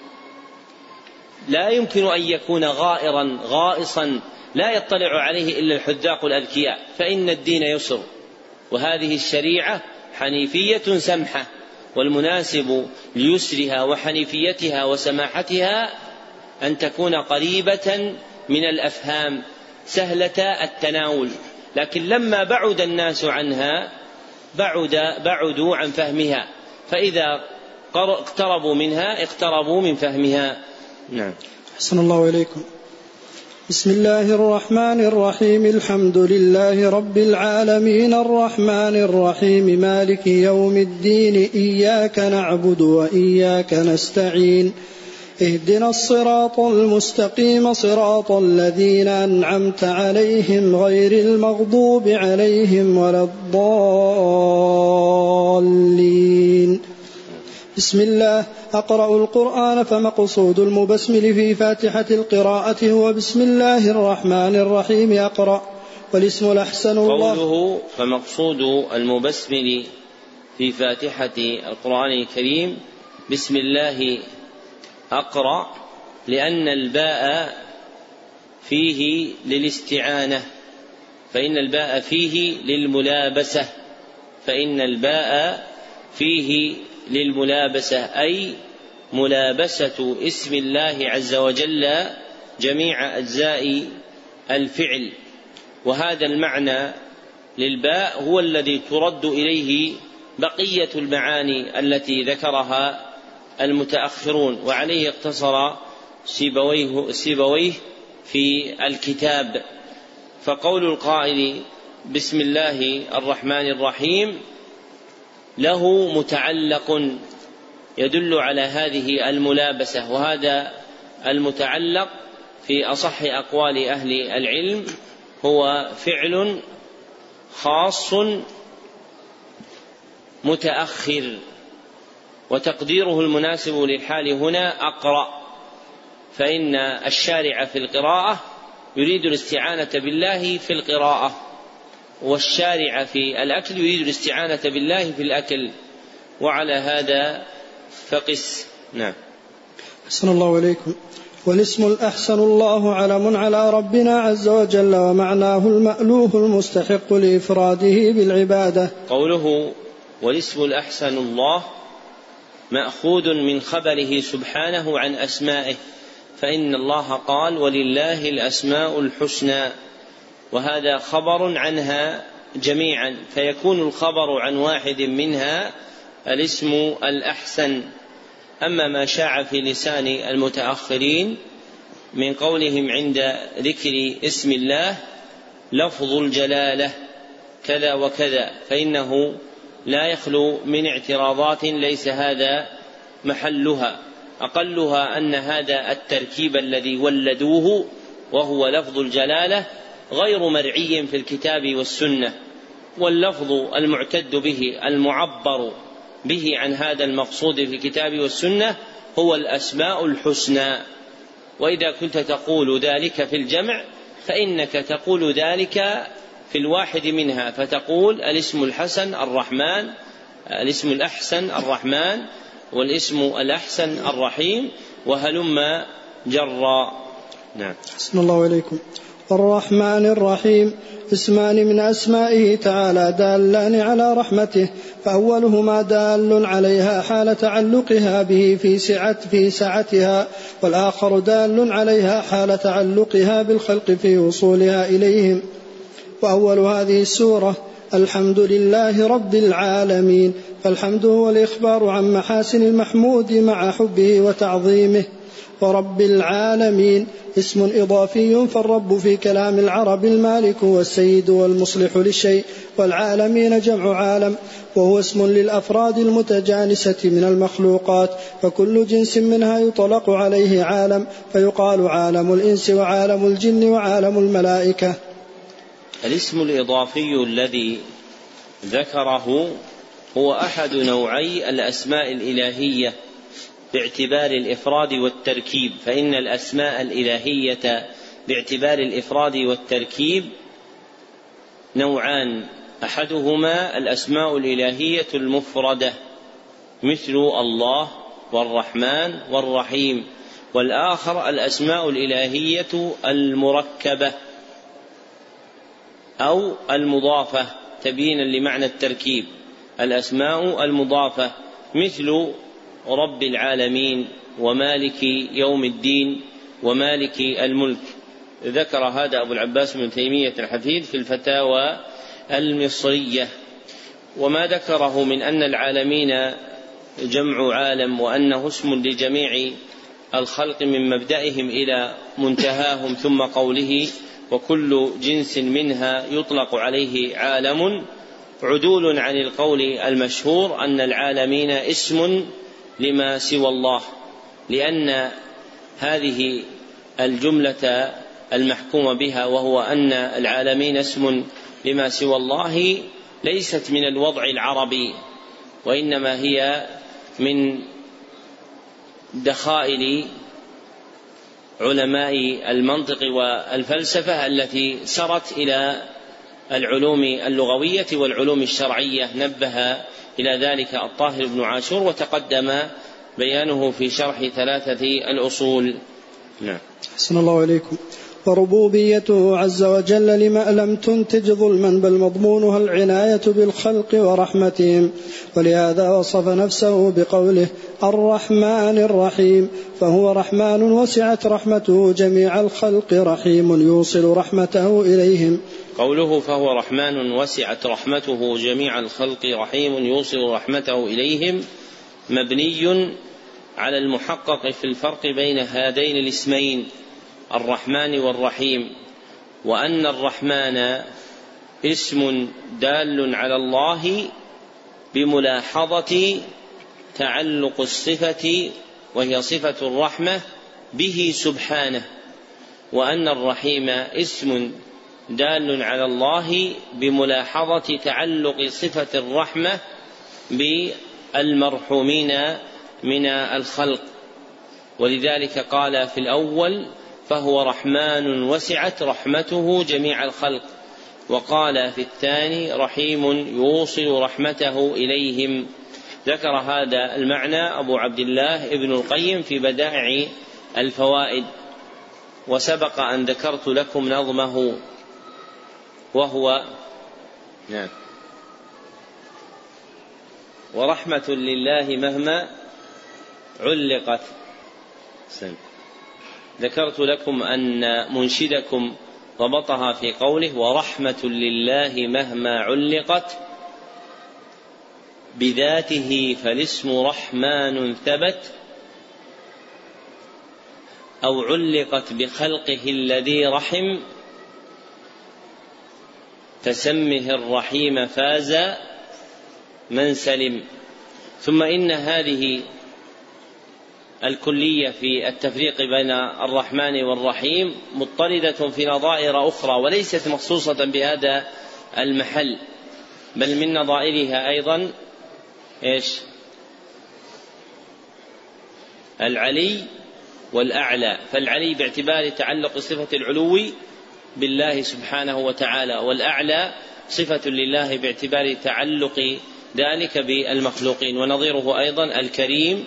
لا يمكن أن يكون غائرا غائصا لا يطلع عليه إلا الحذاق الأذكياء، فإن الدين يسر، وهذه الشريعة حنيفية سمحة، والمناسب ليسرها وحنيفيتها وسماحتها أن تكون قريبة من الأفهام سهلة التناول. لكن لما بعد الناس عنها بعد بعدوا عن فهمها، فإذا اقتربوا منها اقتربوا من فهمها. نعم. أحسن الله إليكم. بسم الله الرحمن الرحيم. الحمد لله رب العالمين الرحمن الرحيم مالك يوم الدين إياك نعبد وإياك نستعين اهدنا الصراط المستقيم صراط الذين أنعمت عليهم غير المغضوب عليهم ولا الضالين. بسم الله. أقرأ القرآن فمقصود المبسمل في فاتحة القراءة هو بسم الله الرحمن الرحيم أقرأ، والاسم الأحسن الله. قوله فمقصود المبسمل في فاتحة القرآن الكريم بسم الله أقرأ، لأن الباء فيه للاستعانة، فإن الباء فيه للملابسة، فإن الباء فيه للملابسة أي ملابسة اسم الله عز وجل جميع أجزاء الفعل، وهذا المعنى للباء هو الذي ترد إليه بقية المعاني التي ذكرها المتأخرون، وعليه اقتصر سيبويه, سيبويه في الكتاب. فقول القائل بسم الله الرحمن الرحيم له متعلق يدل على هذه الملابسة، وهذا المتعلق في أصح أقوال أهل العلم هو فعل خاص متأخر، وتقديره المناسب للحال هنا أقرأ، فإن الشارع في القراءة يريد الاستعانة بالله في القراءة، والشارع في الأكل يريد الاستعانة بالله في الأكل، وعلى هذا فقس. نعم. أحسن الله إليكم. والاسم الأحسن الله علم على ربنا عز وجل، ومعناه المألوه المستحق لإفراده بالعبادة. قوله والاسم الأحسن الله مأخوذ من خبره سبحانه عن أسمائه، فإن الله قال ولله الأسماء الحسنى، وهذا خبر عنها جميعا، فيكون الخبر عن واحد منها الاسم الأحسن. أما ما شاع في لسان المتأخرين من قولهم عند ذكر اسم الله لفظ الجلالة كذا وكذا، فإنه لا يخلو من اعتراضات ليس هذا محلها، أقلها أن هذا التركيب الذي ولدوه وهو لفظ الجلالة غير مرعي في الكتاب والسنة، واللفظ المعتد به المعبر به عن هذا المقصود في الكتاب والسنة هو الأسماء الحسنى. وإذا كنت تقول ذلك في الجمع فإنك تقول ذلك في الواحد منها، فتقول الاسم الحسن الرحمن، الاسم الأحسن الرحمن، والاسم الأحسن الرحيم، وهلم جرا. نعم. بسم الله عليكم. الرحمن الرحيم اسمان من أسمائه تعالى دالان على رحمته، فأولهما دال عليها حال تعلقها به في سعة في سعتها، والآخر دال عليها حال تعلقها بالخلق في وصولها إليهم. وأول هذه السورة الحمد لله رب العالمين، فالحمد هو الإخبار عن محاسن المحمود مع حبه وتعظيمه. ورب العالمين اسم إضافي، فالرب في كلام العرب المالك والسيد والمصلح للشيء، والعالمين جمع عالم، وهو اسم للأفراد المتجانسة من المخلوقات، فكل جنس منها يطلق عليه عالم، فيقال عالم الإنس وعالم الجن وعالم الملائكة. الاسم الإضافي الذي ذكره هو أحد نوعي الأسماء الإلهية باعتبار الإفراد والتركيب، فإن الأسماء الإلهية باعتبار الإفراد والتركيب نوعان، أحدهما الأسماء الإلهية المفردة، مثل الله والرحمن والرحيم. والآخر الأسماء الإلهية المركبة أو المضافة تبيينا لمعنى التركيب، الأسماء المضافة مثل رب العالمين ومالك يوم الدين ومالك الملك. ذكر هذا أبو العباس بن تيمية الحفيد في الفتاوى المصرية. وما ذكره من أن العالمين جمع عالم وأنه اسم لجميع الخلق من مبدئهم إلى منتهاهم، ثم قوله وكل جنس منها يطلق عليه عالم، عدول عن القول المشهور أن العالمين اسم لما سوى الله، لأن هذه الجملة المحكوم بها وهو أن العالمين اسم لما سوى الله ليست من الوضع العربي، وإنما هي من دخائل علماء المنطق والفلسفة التي سرت إلى العلوم اللغوية والعلوم الشرعية. نبه إلى ذلك الطاهر بن عاشور وتقدم بيانه في شرح ثلاثة الأصول. نعم. أحسن الله عليكم. وربوبيته عز وجل لما لم تنتج ظلما بل مضمونها العناية بالخلق ورحمتهم، ولهذا وصف نفسه بقوله الرحمن الرحيم، فهو رحمن وسعت رحمته جميع الخلق، رحيم يوصل رحمته إليهم. قوله فهو رحمن وسعت رحمته جميع الخلق رحيم يوصل رحمته إليهم مبني على المحقق في الفرق بين هذين الاسمين الرحمن والرحيم، وأن الرحمن اسم دال على الله بملاحظة تعلق الصفة وهي صفة الرحمة به سبحانه، وأن الرحيم اسم دال على الله بملاحظة تعلق صفة الرحمة بالمرحومين من الخلق. ولذلك قال في الأول فهو رحمن وسعت رحمته جميع الخلق، وقال في الثاني رحيم يوصل رحمته إليهم. ذكر هذا المعنى أبو عبد الله ابن القيم في بدائع الفوائد، وسبق أن ذكرت لكم نظمه وهو نعم ورحمة لله مهما علقت. سن. ذكرت لكم أن منشدكم ضبطها في قوله ورحمة لله مهما علقت بذاته فالاسم رحمن ثبت، أو علقت بخلقه الذي رحم فسمه الرحيم فاز من سلم. ثم إن هذه الكلية في التفريق بين الرحمن والرحيم مضطردة في نظائر أخرى وليست مخصوصة بهذا المحل، بل من نظائرها أيضا إيش؟ العلي والأعلى. فالعلي باعتبار تعلق صفة العلو بالله سبحانه وتعالى، والأعلى صفة لله باعتبار تعلق ذلك بالمخلوقين. ونظيره أيضا الكريم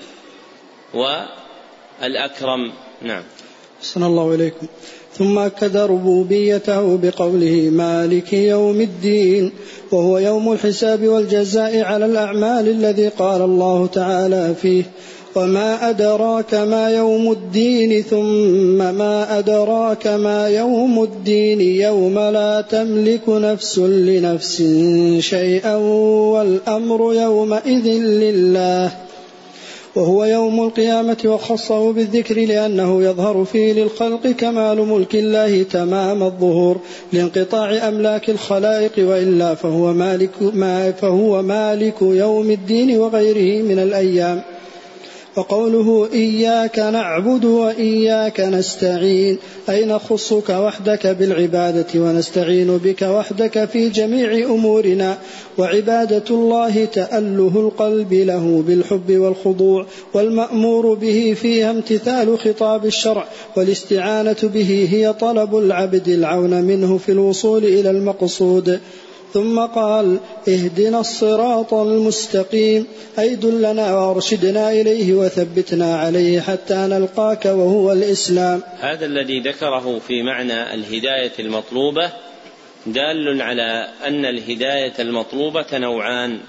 والأكرم. نعم. أحسن الله إليكم. ثم أكد ربوبيته بقوله مالك يوم الدين، وهو يوم الحساب والجزاء على الأعمال الذي قال الله تعالى فيه وما أدراك ما يوم الدين، ثم ما أدراك ما يوم الدين يوم لا تملك نفس لنفس شيئا والأمر يومئذ لله، وهو يوم القيامة، وخصه بالذكر لأنه يظهر فيه للخلق كمال ملك الله تمام الظهور لانقطاع أملاك الخلائق، وإلا فهو مالك, ما فهو مالك يوم الدين وغيره من الأيام. وقوله إياك نعبد وإياك نستعين أي نخصك وحدك بالعبادة ونستعين بك وحدك في جميع أمورنا، وعبادة الله تأله القلب له بالحب والخضوع، والمأمور به فيها امتثال خطاب الشرع، والاستعانة به هي طلب العبد العون منه في الوصول إلى المقصود. ثم قال اهدنا الصراط المستقيم أي دلنا وارشدنا إليه وثبتنا عليه حتى نلقاك وهو الإسلام. هذا الذي ذكره في معنى الهداية المطلوبة دال على أن الهداية المطلوبة نوعان: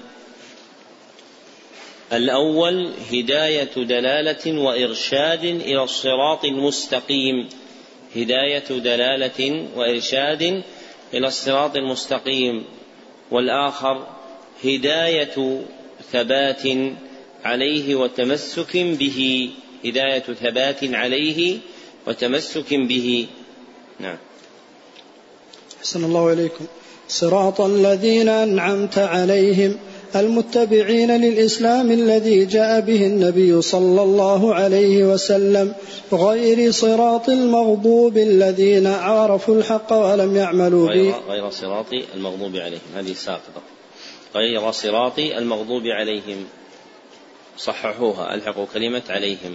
الأول هداية دلالة وإرشاد إلى الصراط المستقيم، هداية دلالة وإرشاد إلى الصراط المستقيم، والآخر هداية ثبات عليه وتمسك به، هداية ثبات عليه وتمسك به. نعم. أحسن الله إليكم. صراط الذين أنعمت عليهم المتبعين للإسلام الذي جاء به النبي صلى الله عليه وسلم، غير صراط المغضوب الذين عرفوا الحق ولم يعملوا به. غير صراط المغضوب عليهم، هذه ساقطة. غير صراط المغضوب عليهم، صححوها، ألحقوا كلمة عليهم.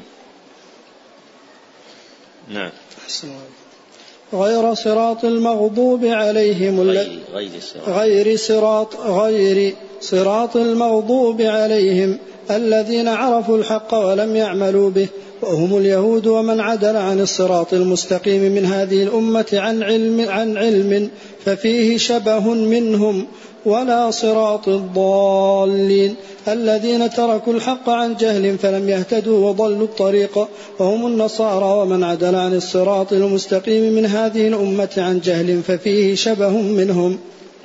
نعم. غير صراط المغضوب عليهم غير, غير, صراط. غير صراط غير صراط المغضوب عليهم الذين عرفوا الحق ولم يعملوا به، وهم اليهود ومن عدل عن الصراط المستقيم من هذه الأمة عن علم, عن علم ففيه شبه منهم، ولا صراط الضالين الذين تركوا الحق عن جهل فلم يهتدوا وضلوا الطريق، وهم النصارى ومن عدل عن الصراط المستقيم من هذه الأمة عن جهل ففيه شبه منهم.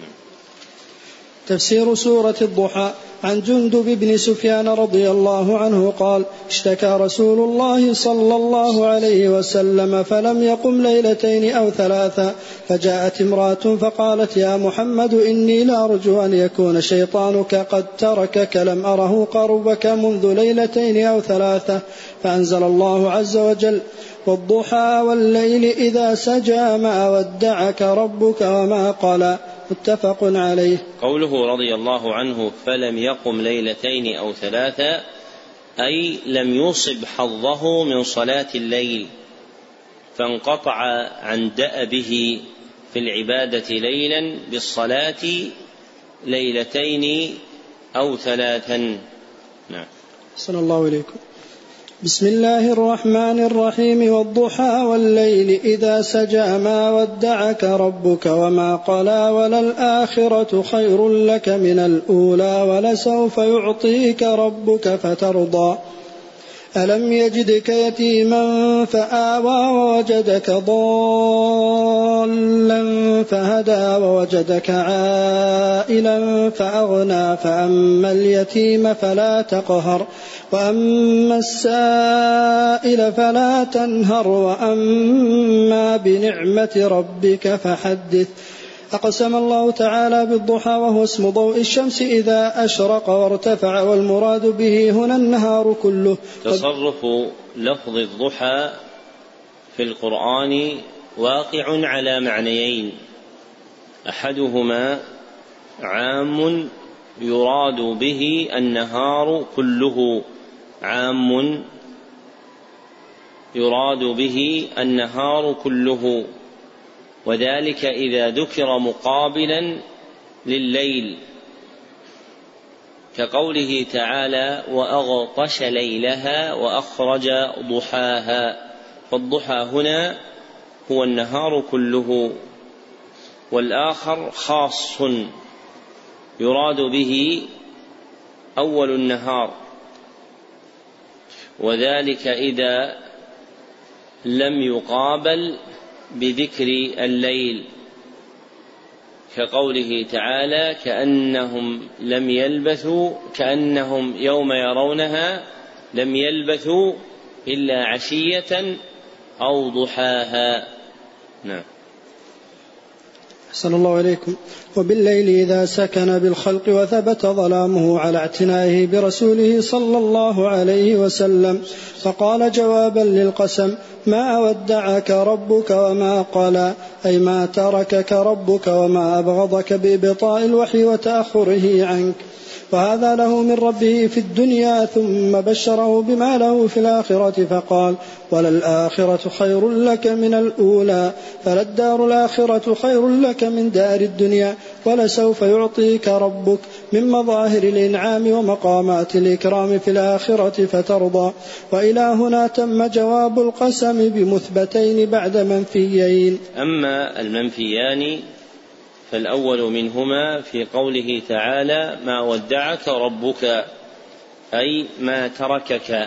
تفسير سورة الضحى. عن جندب بن سفيان رضي الله عنه قال: اشتكى رسول الله صلى الله عليه وسلم فلم يقم ليلتين أو ثلاثة، فجاءت امرأة فقالت: يا محمد إني لأرجو أن يكون شيطانك قد تركك، لم أره قربك منذ ليلتين أو ثلاثة، فأنزل الله عز وجل: والضحى والليل إذا سجى ما ودعك ربك وما قلى، متفق عليه. قوله رضي الله عنه فلم يقم ليلتين أو ثلاثة، أي لم يصب حظه من صلاة الليل، فانقطع عن دأبه في العبادة ليلا بالصلاة ليلتين أو ثلاثا. نعم. صلى الله عليكم. بسم الله الرحمن الرحيم. والضحى والليل إذا سجى ما ودعك ربك وما قلى، وللآخرة خير لك من الأولى ولسوف يعطيك ربك فترضى. ألم يجدك يتيما فآوى ووجدك ضالا فهدى ووجدك عائلا فأغنى، فأما اليتيم فلا تقهر وأما السائل فلا تنهر وأما بنعمة ربك فحدث. أقسم الله تعالى بالضحى وهو اسم ضوء الشمس إذا أشرق وارتفع، والمراد به هنا النهار كله. تصرف لفظ الضحى في القرآن واقع على معنيين: أحدهما عام يراد به النهار كله، عام يراد به النهار كله، وذلك إذا ذكر مقابلا لليل، كقوله تعالى: وأغطش ليلها وأخرج ضحاها، فالضحى هنا هو النهار كله. والآخر خاص يراد به أول النهار، وذلك إذا لم يقابل بذكر الليل، كقوله تعالى: كأنهم لم يلبثوا كأنهم يوم يرونها لم يلبثوا إلا عشية أو ضحاها. نعم. أحسن الله إليكم. وبالليل إذا سكن بالخلق وثبت ظلامه على اعتنائه برسوله صلى الله عليه وسلم، فقال جوابا للقسم: ما ودعك ربك وما قلى، أي ما تركك ربك وما أبغضك بإبطاء الوحي وتأخره عنك. وهذا له من ربه في الدنيا، ثم بشره بما له في الآخرة فقال: وللآخرة خير لك من الأولى، فللدار الآخرة خير لك من دار الدنيا، ولسوف يعطيك ربك من مظاهر الإنعام ومقامات الإكرام في الآخرة فترضى. وإلى هنا تم جواب القسم بمثبتين بعد منفيين. أما المنفيان فالأول منهما في قوله تعالى: ما ودعك ربك، أي ما تركك.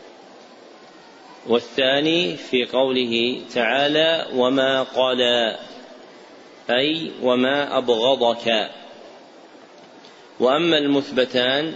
والثاني في قوله تعالى: وما قلى، أي وما أبغضك. وأما المثبتان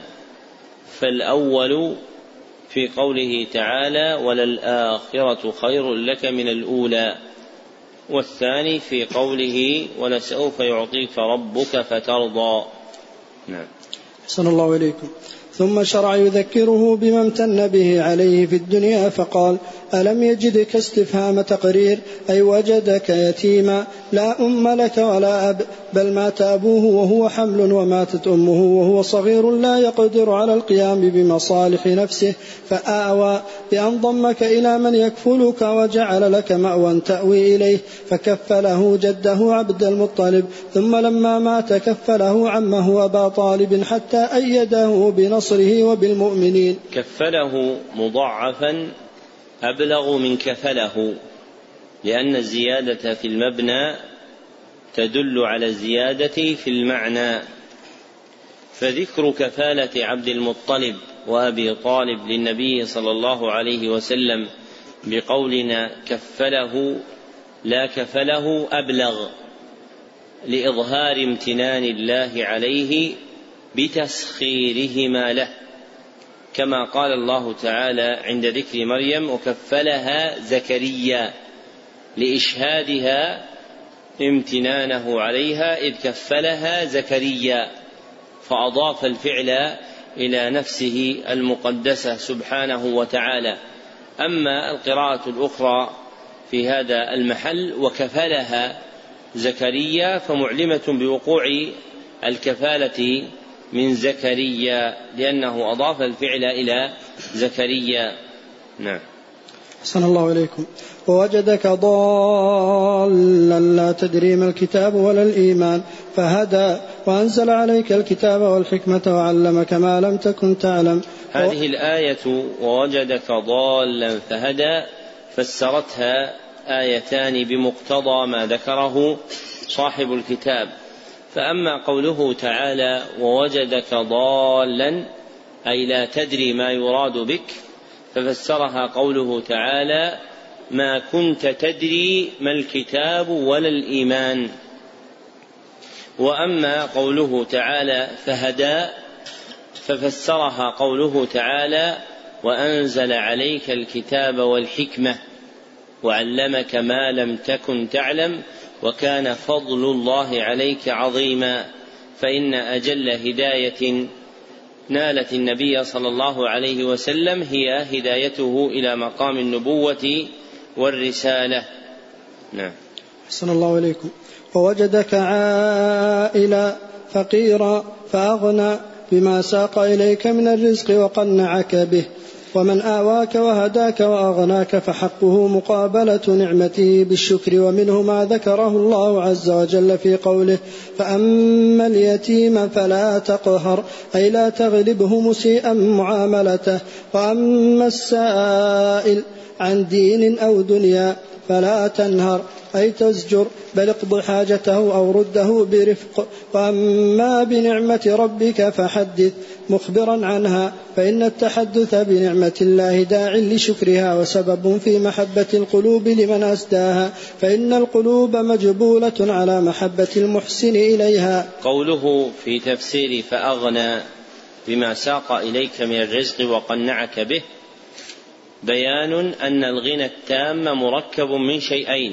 فالأول في قوله تعالى: وللآخرة خير لك من الأولى، والثاني في قوله: ولسوف يعطيك ربك فترضى. نعم. أحسن الله إليكم. ثم شرع يذكره بما امتن به عليه في الدنيا فقال: ألم يجدك استفهام تقرير، أي وجدك يتيما لا أم لك ولا أب، بل مات أبوه وهو حمل وماتت أمه وهو صغير لا يقدر على القيام بمصالح نفسه، فآوى بأن ضمك إلى من يكفلك وجعل لك مأوى تأوي إليه، فكفله جده عبد المطلب، ثم لما مات كفله عمه أبا طالب حتى أيده بنصره وبالمؤمنين. كفله مضاعفا أبلغ من كفله، لأن الزيادة في المبنى تدل على الزيادة في المعنى. فذكر كفالة عبد المطلب وأبي طالب للنبي صلى الله عليه وسلم بقولنا كفله لا كفله أبلغ، لإظهار امتنان الله عليه بتسخيرهما له، كما قال الله تعالى عند ذكر مريم: وكفلها زكريا، لإشهادها امتنانه عليها إذ كفلها زكريا، فأضاف الفعل إلى نفسه المقدسة سبحانه وتعالى. أما القراءة الأخرى في هذا المحل وكفلها زكريا فمعلمة بوقوع الكفالة من زكريا، لأنه أضاف الفعل إلى زكريا. نعم. أحسن الله إليكم. ووجدك ضالا لا تدري ما الكتاب ولا الإيمان فهدى، وأنزل عليك الكتاب والحكمة وعلمك ما لم تكن تعلم. هذه الآية ووجدك ضالا فهدى فسرتها آيتان بمقتضى ما ذكره صاحب الكتاب. فأما قوله تعالى: ووجدك ضالا، أي لا تدري ما يراد بك، ففسرها قوله تعالى: ما كنت تدري ما الكتاب ولا الإيمان. وأما قوله تعالى فهدى ففسرها قوله تعالى: وأنزل عليك الكتاب والحكمة وعلمك ما لم تكن تعلم وكان فضل الله عليك عظيما. فإن أجل هداية نالت النبي صلى الله عليه وسلم هي هدايته إلى مقام النبوة والرسالة. نعم. أحسن الله إليكم. ووجدك عائلا فقيرا فأغنى بما ساق إليك من الرزق وقنعك به. ومن آواك وهداك وأغناك فحقه مقابلة نعمته بالشكر، ومنه ما ذكره الله عز وجل في قوله: فأما اليتيم فلا تقهر، أي لا تغلبه مسيئا معاملته. وأما السائل عن دين أو دنيا فلا تنهر، أي تزجر، بل اقض حاجته أو رده برفق. وأما بنعمة ربك فحدث مخبرا عنها، فإن التحدث بنعمة الله داع لشكرها وسبب في محبة القلوب لمن أسداها، فإن القلوب مجبولة على محبة المحسن إليها. قوله في تفسير فأغنى بما ساق إليك من الرزق وقنعك به بيان أن الغنى التام مركب من شيئين: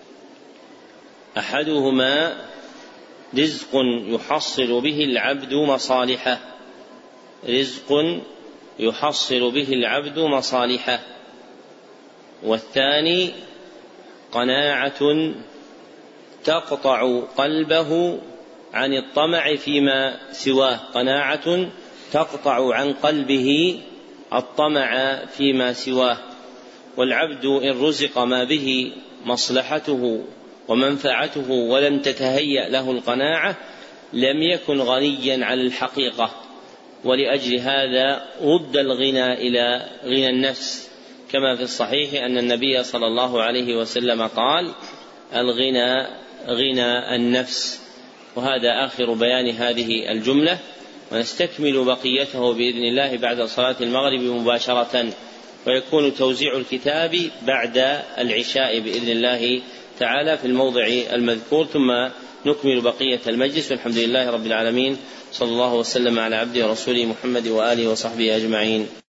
أحدهما رزق يحصل به العبد مصالحه رزق يحصل به العبد مصالحه والثاني قناعة تقطع قلبه عن الطمع فيما سواه، قناعة تقطع عن قلبه الطمع فيما سواه. والعبد إن رزق ما به مصلحته ومنفعته ولم تتهيأ له القناعة لم يكن غنيا على الحقيقة، ولأجل هذا رد الغنى إلى غنى النفس، كما في الصحيح أن النبي صلى الله عليه وسلم قال: الغنى غنى النفس. وهذا آخر بيان هذه الجملة، ونستكمل بقيته بإذن الله بعد صلاة المغرب مباشرة، ويكون توزيع الكتاب بعد العشاء بإذن الله تعالى في الموضع المذكور، ثم نكمل بقية المجلس. والحمد لله رب العالمين، صلى الله وسلم على عبده ورسوله محمد وآله وصحبه أجمعين.